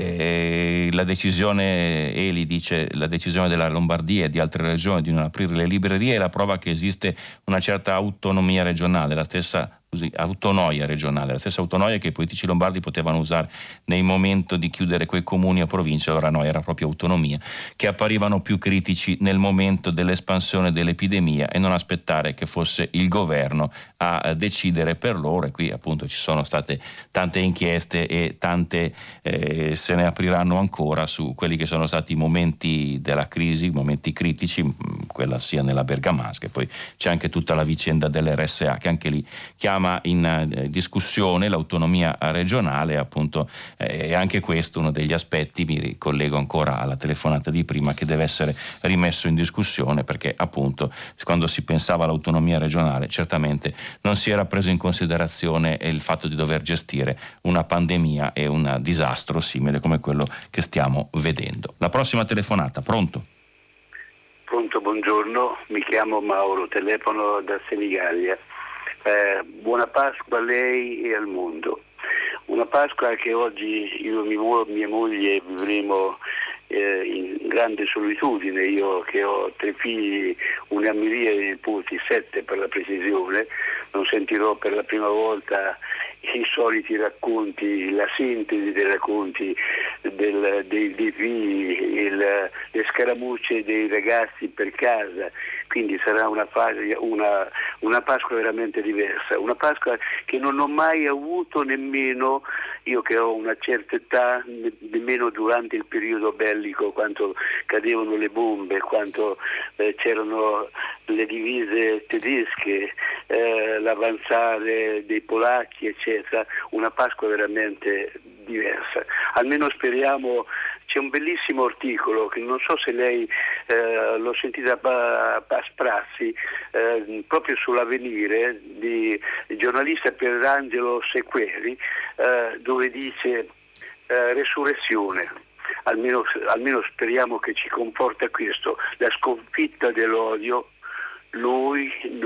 La decisione, Eli dice, la decisione della Lombardia e di altre regioni di non aprire le librerie è la prova che esiste una certa autonomia regionale, la stessa autonomia regionale, la stessa autonomia che i politici lombardi potevano usare nel momento di chiudere quei comuni o province. Allora no, era proprio autonomia, che apparivano più critici nel momento dell'espansione dell'epidemia, e non aspettare che fosse il governo a decidere per loro. E qui appunto ci sono state tante inchieste e tante se ne apriranno ancora su quelli che sono stati i momenti della crisi, momenti critici, quella sia nella Bergamasca, e poi c'è anche tutta la vicenda dell'RSA che anche lì chiama chiama in discussione l'autonomia regionale, appunto, e anche questo uno degli aspetti, mi ricollego ancora alla telefonata di prima, che deve essere rimesso in discussione, perché appunto quando si pensava all'autonomia regionale certamente non si era preso in considerazione il fatto di dover gestire una pandemia e un disastro simile come quello che stiamo vedendo. La prossima telefonata, pronto? Pronto, buongiorno, mi chiamo Mauro, telefono da Senigallia. Buona Pasqua a lei e al mondo. Una Pasqua che oggi io e mia moglie vivremo in grande solitudine. Io che ho 3 figli, una miriade di nipoti, 7 per la precisione, non sentirò per la prima volta i soliti racconti, la sintesi dei racconti dei figli, le scaramucce dei ragazzi per casa, quindi sarà una Pasqua veramente diversa, una Pasqua che non ho mai avuto nemmeno, io che ho una certa età, nemmeno durante il periodo bellico, quando cadevano le bombe, quando c'erano le divise tedesche, l'avanzare dei polacchi, eccetera, una Pasqua veramente diversa. Almeno speriamo. C'è un bellissimo articolo che non so se lei l'ho sentita a Sprazzi, proprio sull'Avvenire, di giornalista Pierangelo Sequeri, dove dice resurrezione. Almeno speriamo che ci comporta questo, la sconfitta dell'odio, noi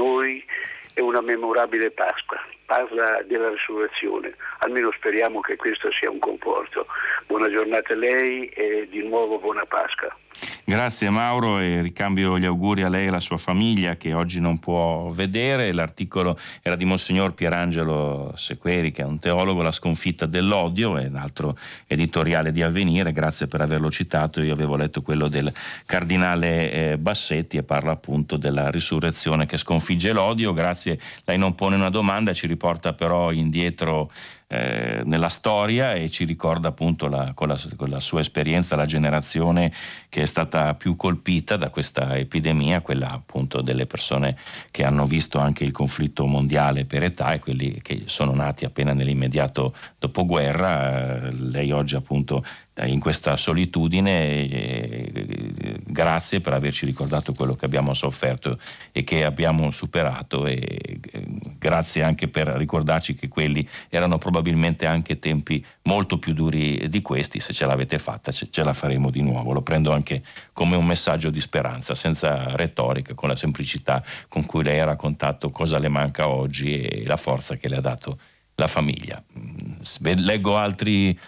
e una memorabile Pasqua. Parla della risurrezione, almeno speriamo che questo sia un comporto. Buona giornata a lei e di nuovo buona Pasqua. Grazie Mauro, e ricambio gli auguri a lei e alla sua famiglia che oggi non può vedere. L'articolo era di Monsignor Pierangelo Sequeri, che è un teologo, La sconfitta dell'odio, è un altro editoriale di Avvenire, grazie per averlo citato. Io avevo letto quello del cardinale Bassetti e parla appunto della risurrezione che sconfigge l'odio. Grazie, lei non pone una domanda, ci riporta però indietro nella storia e ci ricorda appunto con la sua esperienza la generazione che è stata più colpita da questa epidemia, quella appunto delle persone che hanno visto anche il conflitto mondiale per età e quelli che sono nati appena nell'immediato dopoguerra. Lei oggi appunto in questa solitudine, grazie per averci ricordato quello che abbiamo sofferto e che abbiamo superato, e grazie anche per ricordarci che quelli erano probabilmente anche tempi molto più duri di questi. Se ce l'avete fatta ce la faremo di nuovo. Lo prendo anche come un messaggio di speranza, senza retorica, con la semplicità con cui lei ha raccontato cosa le manca oggi e la forza che le ha dato la famiglia. Leggo altri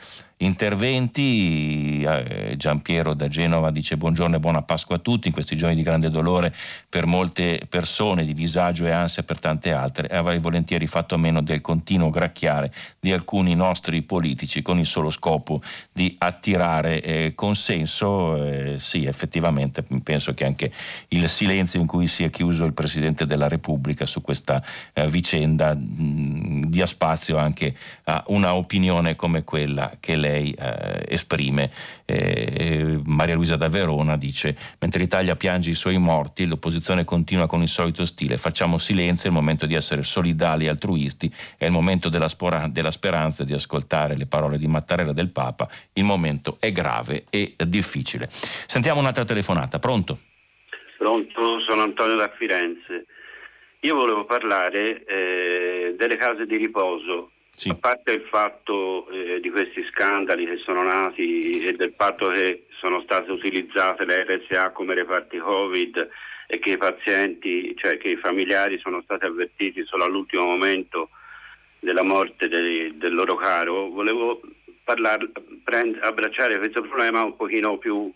interventi. Giampiero da Genova dice: buongiorno e buona Pasqua a tutti. In questi giorni di grande dolore per molte persone, di disagio e ansia per tante altre, avrei volentieri fatto a meno del continuo gracchiare di alcuni nostri politici con il solo scopo di attirare consenso. Sì, effettivamente penso che anche il silenzio in cui si è chiuso il Presidente della Repubblica su questa vicenda dia spazio anche a una opinione come quella che lei esprime. Maria Luisa da Verona dice: mentre l'Italia piange i suoi morti, l'opposizione continua con il solito stile, facciamo silenzio, è il momento di essere solidali e altruisti, è il momento della speranza di ascoltare le parole di Mattarella del Papa, il momento è grave e difficile. Sentiamo un'altra telefonata. Pronto? Pronto, sono Antonio da Firenze. Io volevo parlare delle case di riposo. Sì. A parte il fatto di questi scandali che sono nati e del fatto che sono state utilizzate le RSA come reparti Covid e che i pazienti, cioè che i familiari sono stati avvertiti solo all'ultimo momento della morte del loro caro, volevo abbracciare questo problema un pochino più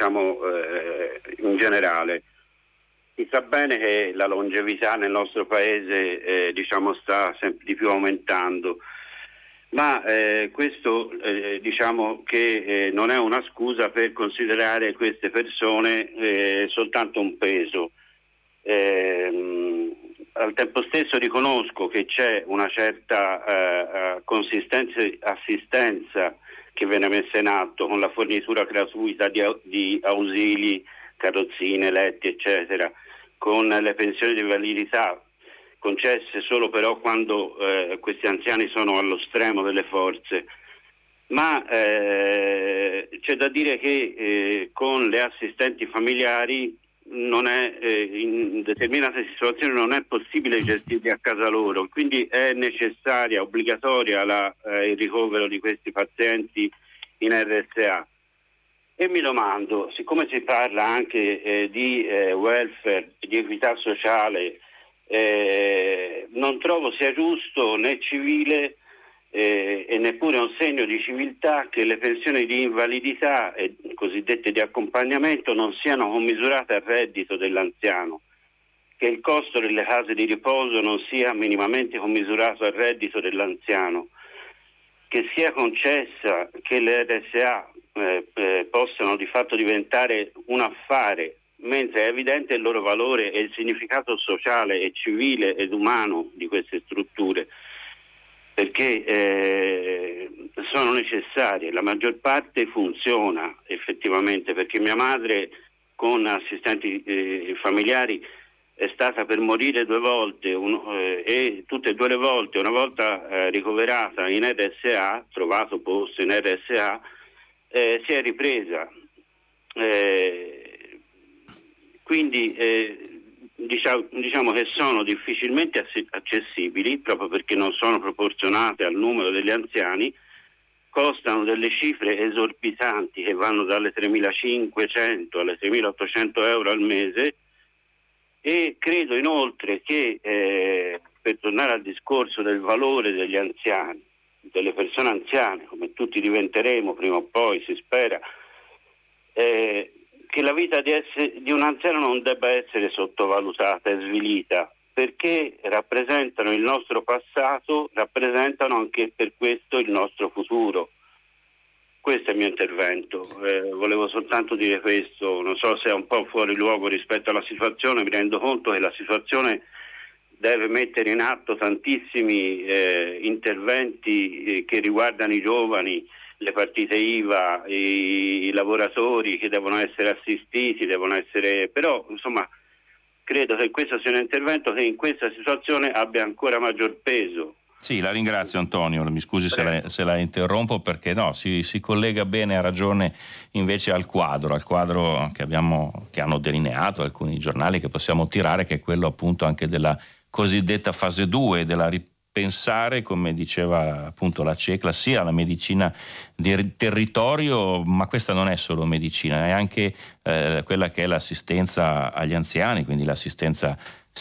in generale. Si sa bene che la longevità nel nostro paese sta sempre di più aumentando, ma questo che non è una scusa per considerare queste persone soltanto un peso. Al tempo stesso riconosco che c'è una certa assistenza che viene messa in atto con la fornitura gratuita di ausili, carrozzine, letti, eccetera, con le pensioni di validità concesse solo però quando questi anziani sono allo stremo delle forze, ma c'è da dire che con le assistenti familiari non è, in determinate situazioni non è possibile gestirli a casa loro, quindi è necessaria, obbligatoria il ricovero di questi pazienti in RSA. E mi domando, siccome si parla anche di welfare, di equità sociale, non trovo sia giusto né civile e neppure un segno di civiltà che le pensioni di invalidità e cosiddette di accompagnamento non siano commisurate al reddito dell'anziano, che il costo delle case di riposo non sia minimamente commisurato al reddito dell'anziano, che sia concessa che le RSA possano di fatto diventare un affare, mentre è evidente il loro valore e il significato sociale e civile ed umano di queste strutture, perché sono necessarie. La maggior parte funziona effettivamente, perché mia madre con assistenti familiari è stata per morire 2 volte e tutte e 2 le volte, una volta ricoverata in RSA, trovato posto in RSA, si è ripresa. Quindi diciamo che sono difficilmente accessibili proprio perché non sono proporzionate al numero degli anziani, costano delle cifre esorbitanti che vanno dalle 3.500 alle 3.800 euro al mese, e credo inoltre che per tornare al discorso del valore degli anziani, delle persone anziane, come tutti diventeremo prima o poi, si spera, che la vita di un anziano non debba essere sottovalutata e svilita, perché rappresentano il nostro passato, rappresentano anche per questo il nostro futuro. Questo è il mio intervento, volevo soltanto dire questo, non so se è un po' fuori luogo rispetto alla situazione, mi rendo conto che la situazione deve mettere in atto tantissimi interventi che riguardano i giovani, le partite IVA, i lavoratori che devono essere assistiti, però insomma credo che questo sia un intervento che in questa situazione abbia ancora maggior peso. Sì, la ringrazio Antonio, mi scusi se la interrompo, perché no, si collega bene, ha ragione invece al quadro che hanno delineato alcuni giornali, che possiamo tirare, che è quello appunto anche della cosiddetta fase 2, della ripensare, come diceva appunto la CECLA, sia la medicina di territorio, ma questa non è solo medicina, è anche quella che è l'assistenza agli anziani, quindi l'assistenza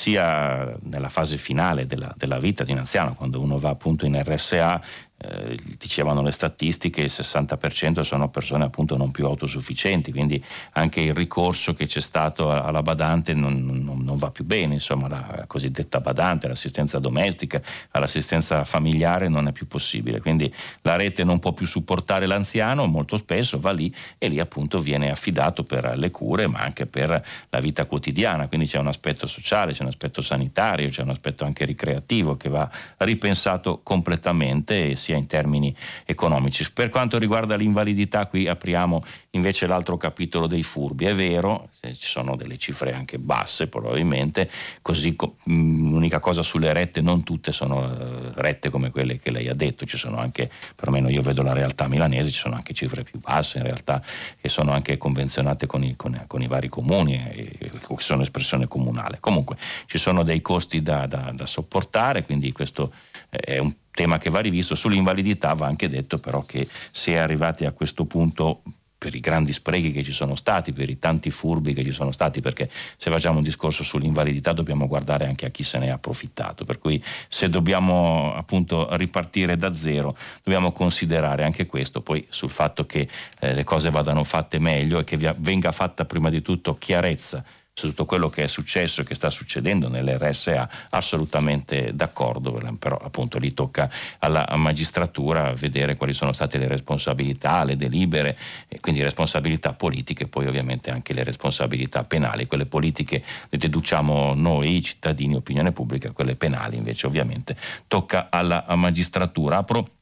sia nella fase finale della vita di un anziano, quando uno va appunto in RSA, dicevano le statistiche, il 60% sono persone appunto non più autosufficienti, quindi anche il ricorso che c'è stato alla badante non va più bene, insomma la cosiddetta badante, l'assistenza domestica, all'assistenza familiare non è più possibile, quindi la rete non può più supportare l'anziano, molto spesso va lì e lì appunto viene affidato per le cure, ma anche per la vita quotidiana, quindi c'è un aspetto sociale, c'è un aspetto sanitario, c'è un aspetto anche ricreativo che va ripensato completamente, sia in termini economici. Per quanto riguarda l'invalidità, qui apriamo invece l'altro capitolo dei furbi. È vero, ci sono delle cifre anche basse probabilmente, così l'unica cosa sulle rette, non tutte sono rette come quelle che lei ha detto, ci sono anche, perlomeno io vedo la realtà milanese, ci sono anche cifre più basse in realtà, che sono anche convenzionate con i vari comuni che sono espressione comunale. Comunque ci sono dei costi da sopportare, quindi questo è un tema che va rivisto. Sull'invalidità va anche detto però che se è arrivati a questo punto per i grandi sprechi che ci sono stati, per i tanti furbi che ci sono stati, perché se facciamo un discorso sull'invalidità dobbiamo guardare anche a chi se ne è approfittato, per cui se dobbiamo appunto ripartire da zero dobbiamo considerare anche questo, poi sul fatto che le cose vadano fatte meglio e che venga fatta prima di tutto chiarezza su tutto quello che è successo e che sta succedendo nell'RSA, assolutamente d'accordo, però appunto lì tocca alla magistratura vedere quali sono state le responsabilità, le delibere, e quindi responsabilità politiche, poi ovviamente anche le responsabilità penali. Quelle politiche le deduciamo noi cittadini, opinione pubblica, quelle penali invece ovviamente tocca alla magistratura. Apro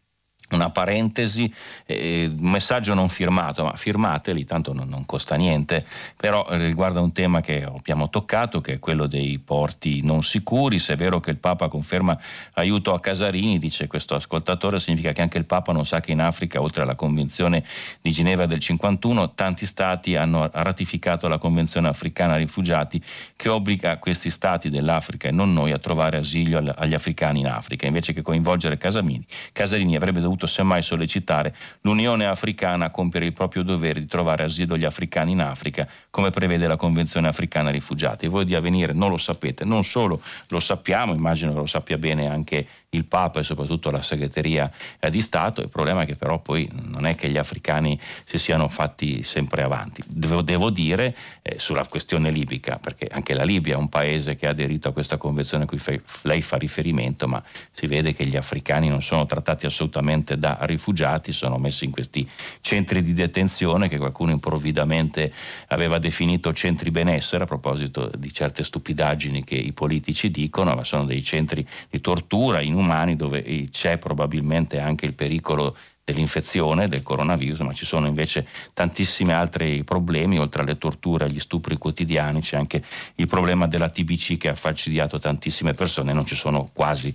una parentesi, un messaggio non firmato, ma firmateli, tanto non costa niente, però riguarda un tema che abbiamo toccato, che è quello dei porti non sicuri. Se è vero che il Papa conferma aiuto a Casarini, dice questo ascoltatore, significa che anche il Papa non sa che in Africa, oltre alla Convenzione di Ginevra del 51, tanti stati hanno ratificato la Convenzione africana rifugiati, che obbliga questi stati dell'Africa e non noi a trovare asilo agli africani in Africa. Invece che coinvolgere Casarini avrebbe dovuto semmai sollecitare l'Unione Africana a compiere il proprio dovere di trovare asilo agli africani in Africa, come prevede la Convenzione Africana Rifugiati. E voi di Avvenire non lo sapete, non solo lo sappiamo, immagino che lo sappia bene anche il Papa e soprattutto la segreteria di Stato. Il problema è che però poi non è che gli africani si siano fatti sempre avanti. Devo dire sulla questione libica, perché anche la Libia è un paese che ha aderito a questa convenzione a cui lei fa riferimento, ma si vede che gli africani non sono trattati assolutamente da rifugiati, sono messi in questi centri di detenzione che qualcuno improvvidamente aveva definito centri benessere, a proposito di certe stupidaggini che i politici dicono, ma sono dei centri di tortura inumani dove c'è probabilmente anche il pericolo dell'infezione del coronavirus, ma ci sono invece tantissimi altri problemi. Oltre alle torture, agli stupri quotidiani, c'è anche il problema della TBC che ha falcidiato tantissime persone. Non ci sono quasi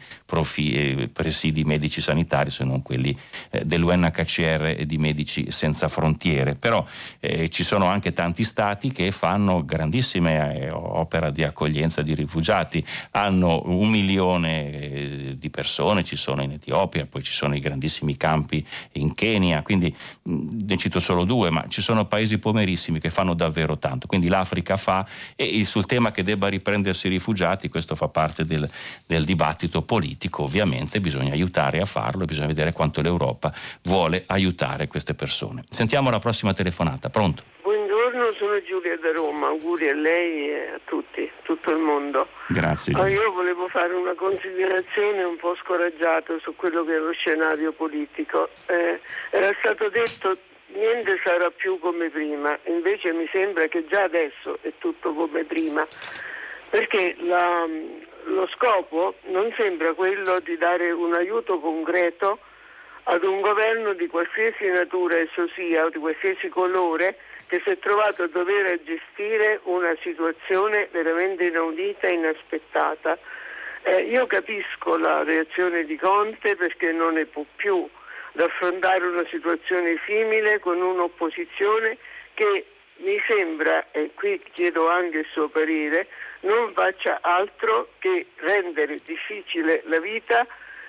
presidi medici sanitari, se non quelli dell'UNHCR e di Medici Senza Frontiere. Però ci sono anche tanti stati che fanno grandissime opera di accoglienza di rifugiati, hanno 1 milione di persone, ci sono in Etiopia, poi ci sono i grandissimi campi in Kenya, quindi ne cito solo 2, ma ci sono paesi poverissimi che fanno davvero tanto. Quindi l'Africa fa, e sul tema che debba riprendersi i rifugiati, questo fa parte del dibattito politico. Ovviamente bisogna aiutare a farlo e bisogna vedere quanto l'Europa vuole aiutare queste persone. Sentiamo la prossima telefonata. Pronto? Buongiorno, sono Giulia da Roma, auguri a lei e a tutti, tutto il mondo. Grazie. Io volevo fare una considerazione un po' scoraggiata su quello che è lo scenario politico. Era stato detto niente sarà più come prima, invece mi sembra che già adesso è tutto come prima, perché lo scopo non sembra quello di dare un aiuto concreto ad un governo di qualsiasi natura esso sia o di qualsiasi colore che si è trovato a dover gestire una situazione veramente inaudita e inaspettata. Io capisco la reazione di Conte, perché non ne può più ad affrontare una situazione simile con un'opposizione che mi sembra, e qui chiedo anche il suo parere, non faccia altro che rendere difficile la vita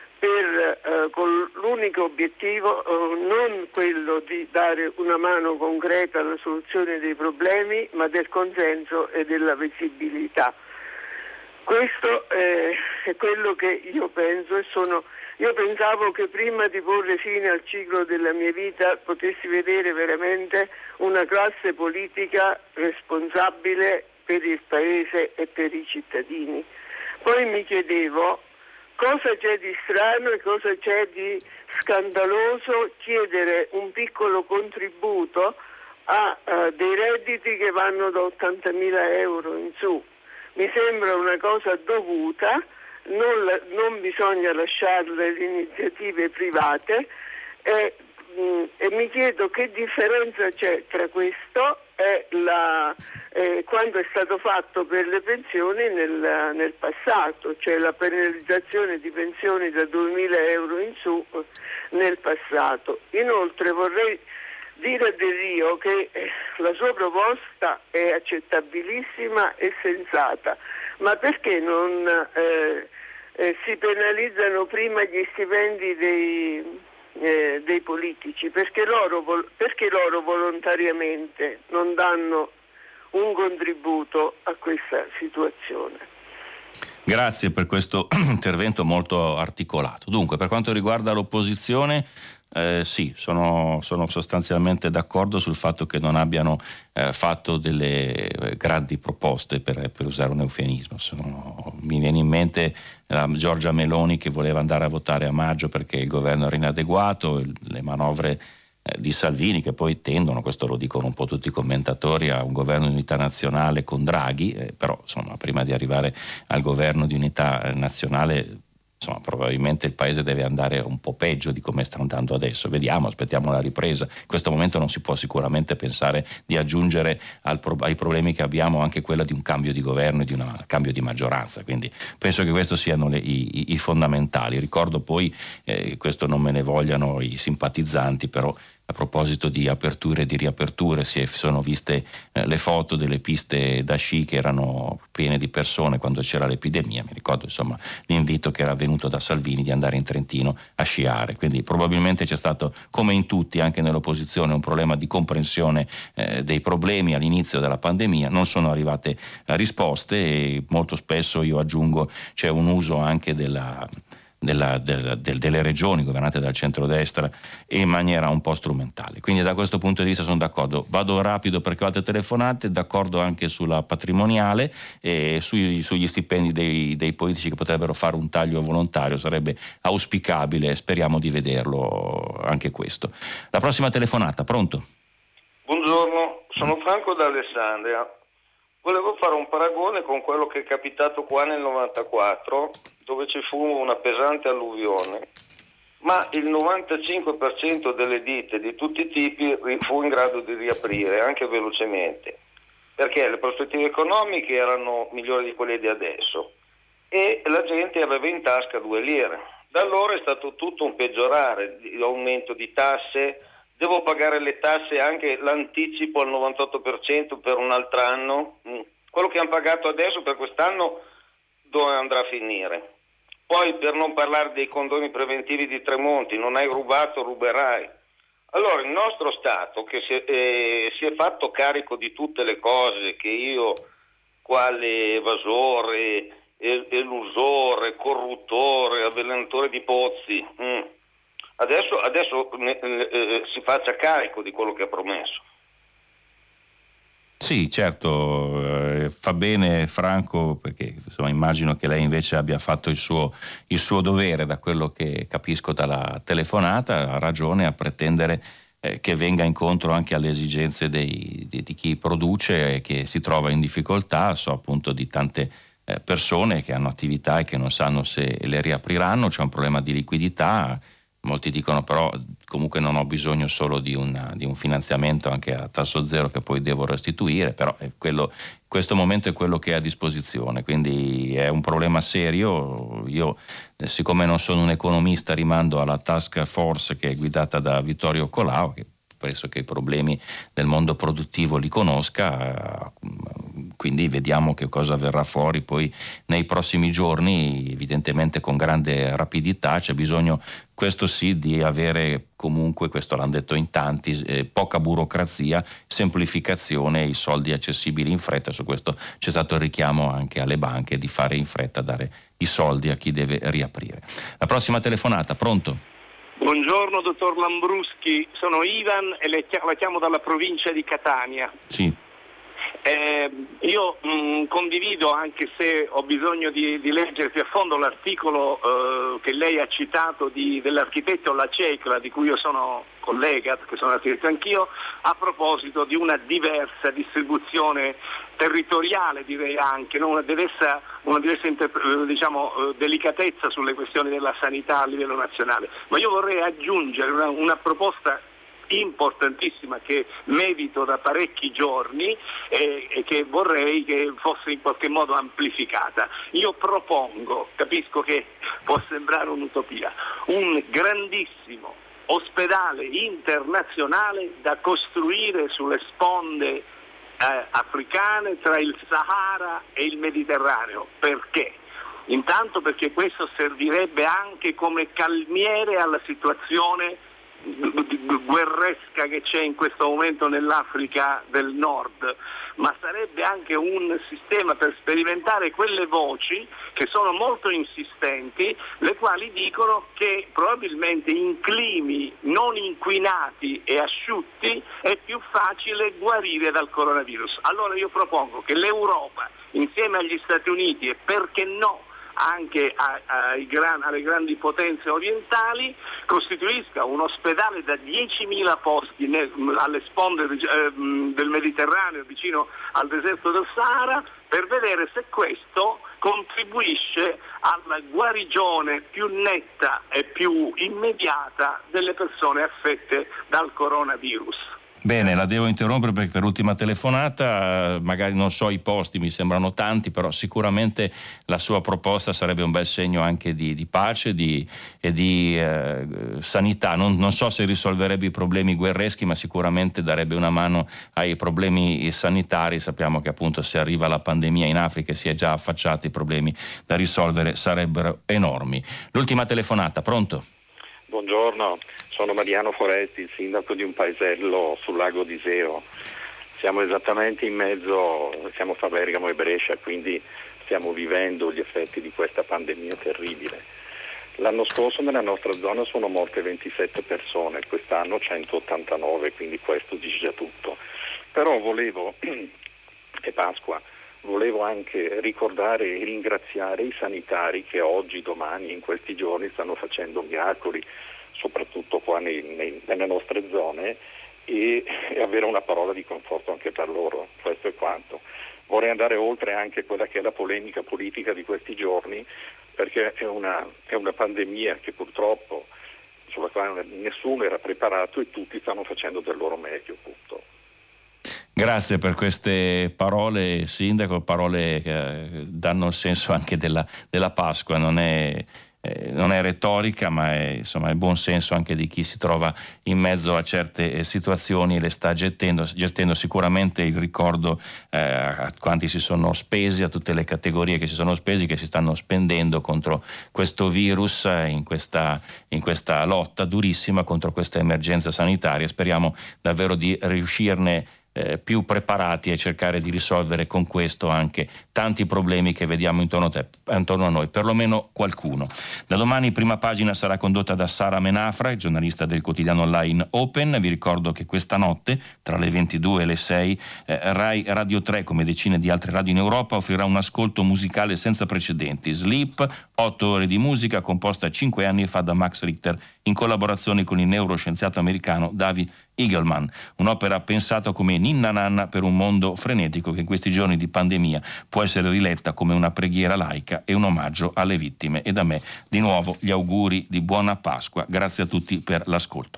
con l'unico obiettivo non quello di dare una mano concreta alla soluzione dei problemi, ma del consenso e della visibilità. Questo è quello che io penso io pensavo che prima di porre fine al ciclo della mia vita potessi vedere veramente una classe politica responsabile per il Paese e per i cittadini. Poi mi chiedevo cosa c'è di strano e cosa c'è di scandaloso chiedere un piccolo contributo a dei redditi che vanno da 80.000 euro in su. Mi sembra una cosa dovuta, non bisogna lasciarle alle iniziative private e mi chiedo che differenza c'è tra questo e quanto è stato fatto per le pensioni nel passato, cioè la penalizzazione di pensioni da 2.000 euro in su nel passato. Inoltre vorrei dire a De Rio che la sua proposta è accettabilissima e sensata, ma perché non si penalizzano prima gli stipendi dei politici? Perché loro volontariamente non danno un contributo a questa situazione? Grazie per questo intervento molto articolato. Dunque, per quanto riguarda l'opposizione, sì, sono sostanzialmente d'accordo sul fatto che non abbiano fatto delle grandi proposte, per usare un eufemismo. Mi viene in mente la Giorgia Meloni che voleva andare a votare a maggio perché il governo era inadeguato, le manovre di Salvini che poi tendono, questo lo dicono un po' tutti i commentatori, a un governo di unità nazionale con Draghi, però insomma prima di arrivare al governo di unità nazionale insomma, probabilmente il paese deve andare un po' peggio di come sta andando adesso. Vediamo, aspettiamo la ripresa. In questo momento non si può sicuramente pensare di aggiungere ai problemi che abbiamo anche quella di un cambio di governo e di un cambio di maggioranza, quindi penso che questi siano i fondamentali. Ricordo poi, questo non me ne vogliano i simpatizzanti, però a proposito di aperture e di riaperture, sono viste le foto delle piste da sci che erano piene di persone quando c'era l'epidemia. Mi ricordo insomma l'invito che era venuto da Salvini di andare in Trentino a sciare, quindi probabilmente c'è stato, come in tutti, anche nell'opposizione, un problema di comprensione dei problemi all'inizio della pandemia. Non sono arrivate risposte e molto spesso, io aggiungo, c'è un uso anche delle regioni governate dal centrodestra in maniera un po' strumentale. Quindi da questo punto di vista sono d'accordo. Vado rapido perché ho altre telefonate, d'accordo anche sulla patrimoniale e sugli stipendi dei politici che potrebbero fare un taglio volontario, sarebbe auspicabile e speriamo di vederlo anche questo. La prossima telefonata, pronto? Buongiorno, sono Franco da Alessandria. Volevo fare un paragone con quello che è capitato qua nel 94, dove ci fu una pesante alluvione, ma il 95% delle ditte di tutti i tipi fu in grado di riaprire, anche velocemente, perché le prospettive economiche erano migliori di quelle di adesso e la gente aveva in tasca 2 lire. Da allora è stato tutto un peggiorare, l'aumento di tasse. Devo pagare le tasse, anche l'anticipo al 98% per un altro anno. Quello che hanno pagato adesso per quest'anno dove andrà a finire? Poi, per non parlare dei condoni preventivi di Tremonti, non hai rubato, ruberai. Allora il nostro Stato, che si è fatto carico di tutte le cose che io, quale evasore, elusore, corruttore, avvelenatore di pozzi, adesso si faccia carico di quello che ha promesso. Sì, certo, fa bene Franco, perché insomma, immagino che lei invece abbia fatto il suo dovere, da quello che capisco dalla telefonata. Ha ragione a pretendere che venga incontro anche alle esigenze di chi produce e che si trova in difficoltà, so appunto di tante persone che hanno attività e che non sanno se le riapriranno. C'è un problema di liquidità. Molti dicono però comunque non ho bisogno solo di un finanziamento anche a tasso zero che poi devo restituire, però questo momento è quello che è a disposizione, quindi è un problema serio. Io siccome non sono un economista rimando alla task force che è guidata da Vittorio Colao, che penso che i problemi del mondo produttivo li conosca, quindi vediamo che cosa verrà fuori poi nei prossimi giorni. Evidentemente con grande rapidità c'è bisogno, questo sì, di avere comunque, questo l'hanno detto in tanti, poca burocrazia, semplificazione, i soldi accessibili in fretta. Su questo c'è stato il richiamo anche alle banche di fare in fretta, dare i soldi a chi deve riaprire. La prossima telefonata, pronto? Buongiorno dottor Lambruschi, sono Ivan e la chiamo dalla provincia di Catania. Sì. Io condivido, anche se ho bisogno di leggere più a fondo l'articolo che lei ha citato dell'architetto La Cecla, di cui io sono collega, perché sono architetto anch'io, a proposito di una diversa distribuzione territoriale, direi anche, no? una diversa delicatezza sulle questioni della sanità a livello nazionale. Ma io vorrei aggiungere una proposta importantissima che medito da parecchi giorni e che vorrei che fosse in qualche modo amplificata. Io propongo, capisco che può sembrare un'utopia, un grandissimo ospedale internazionale da costruire sulle sponde africane tra il Sahara e il Mediterraneo. Perché? Intanto perché questo servirebbe anche come calmiere alla situazione guerresca che c'è in questo momento nell'Africa del Nord, ma sarebbe anche un sistema per sperimentare quelle voci che sono molto insistenti, le quali dicono che probabilmente in climi non inquinati e asciutti è più facile guarire dal coronavirus. Allora io propongo che l'Europa, insieme agli Stati Uniti e perché no anche alle grandi potenze orientali, costituisca un ospedale da 10.000 posti alle sponde del Mediterraneo, vicino al deserto del Sahara, per vedere se questo contribuisce alla guarigione più netta e più immediata delle persone affette dal coronavirus. Bene, la devo interrompere perché per l'ultima telefonata, magari non so i posti, mi sembrano tanti, però sicuramente la sua proposta sarebbe un bel segno anche di pace e di sanità. Non so se risolverebbe i problemi guerreschi, ma sicuramente darebbe una mano ai problemi sanitari. Sappiamo che appunto se arriva la pandemia in Africa e si è già affacciati, i problemi da risolvere sarebbero enormi. L'ultima telefonata, pronto? Buongiorno, sono Mariano Foresti, il sindaco di un paesello sul lago di Iseo. Siamo esattamente in mezzo, siamo fra Bergamo e Brescia, quindi stiamo vivendo gli effetti di questa pandemia terribile. L'anno scorso nella nostra zona sono morte 27 persone, quest'anno 189, quindi questo dice già tutto. Però è Pasqua, volevo anche ricordare e ringraziare i sanitari che oggi, domani, in questi giorni stanno facendo miracoli, soprattutto qua nelle nostre zone, e avere una parola di conforto anche per loro. Questo è quanto. Vorrei andare oltre anche quella che è la polemica politica di questi giorni, perché è una pandemia che purtroppo sulla quale nessuno era preparato e tutti stanno facendo del loro meglio, appunto. Grazie per queste parole, Sindaco, parole che danno il senso anche della Pasqua. Non è retorica, ma è buon senso anche di chi si trova in mezzo a certe situazioni e le sta gestendo sicuramente il ricordo a quanti si sono spesi, a tutte le categorie che si sono spesi, che si stanno spendendo contro questo virus, in questa lotta durissima contro questa emergenza sanitaria. Speriamo davvero di riuscirne più preparati e cercare di risolvere con questo anche tanti problemi che vediamo intorno a noi, perlomeno qualcuno. Da domani Prima Pagina sarà condotta da Sara Menafra, giornalista del quotidiano online Open. Vi ricordo che questa notte, tra le 22 e le 6, Rai Radio 3, come decine di altre radio in Europa, offrirà un ascolto musicale senza precedenti. Sleep, 8 ore di musica composta 5 anni fa da Max Richter in collaborazione con il neuroscienziato americano David Eagleman, un'opera pensata come ninna nanna per un mondo frenetico che in questi giorni di pandemia può essere riletta come una preghiera laica e un omaggio alle vittime. E da me di nuovo gli auguri di buona Pasqua. Grazie a tutti per l'ascolto.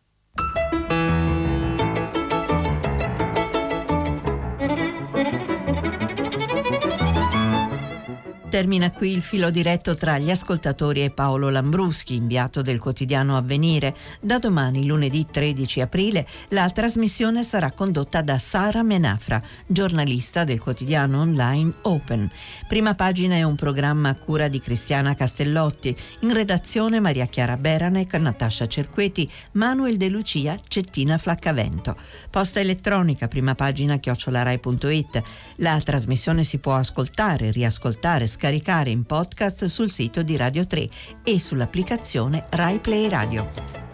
Termina qui il filo diretto tra gli ascoltatori e Paolo Lambruschi, inviato del quotidiano Avvenire. Da domani, lunedì 13 aprile, la trasmissione sarà condotta da Sara Menafra, giornalista del quotidiano online Open. Prima Pagina è un programma a cura di Cristiana Castellotti, in redazione Maria Chiara Beranec, Natascia Cerqueti, Manuel De Lucia, Cettina Flaccavento. Posta elettronica primapagina@rai.it. La trasmissione si può ascoltare, riascoltare, scaricare in podcast sul sito di Radio 3 e sull'applicazione Rai Play Radio.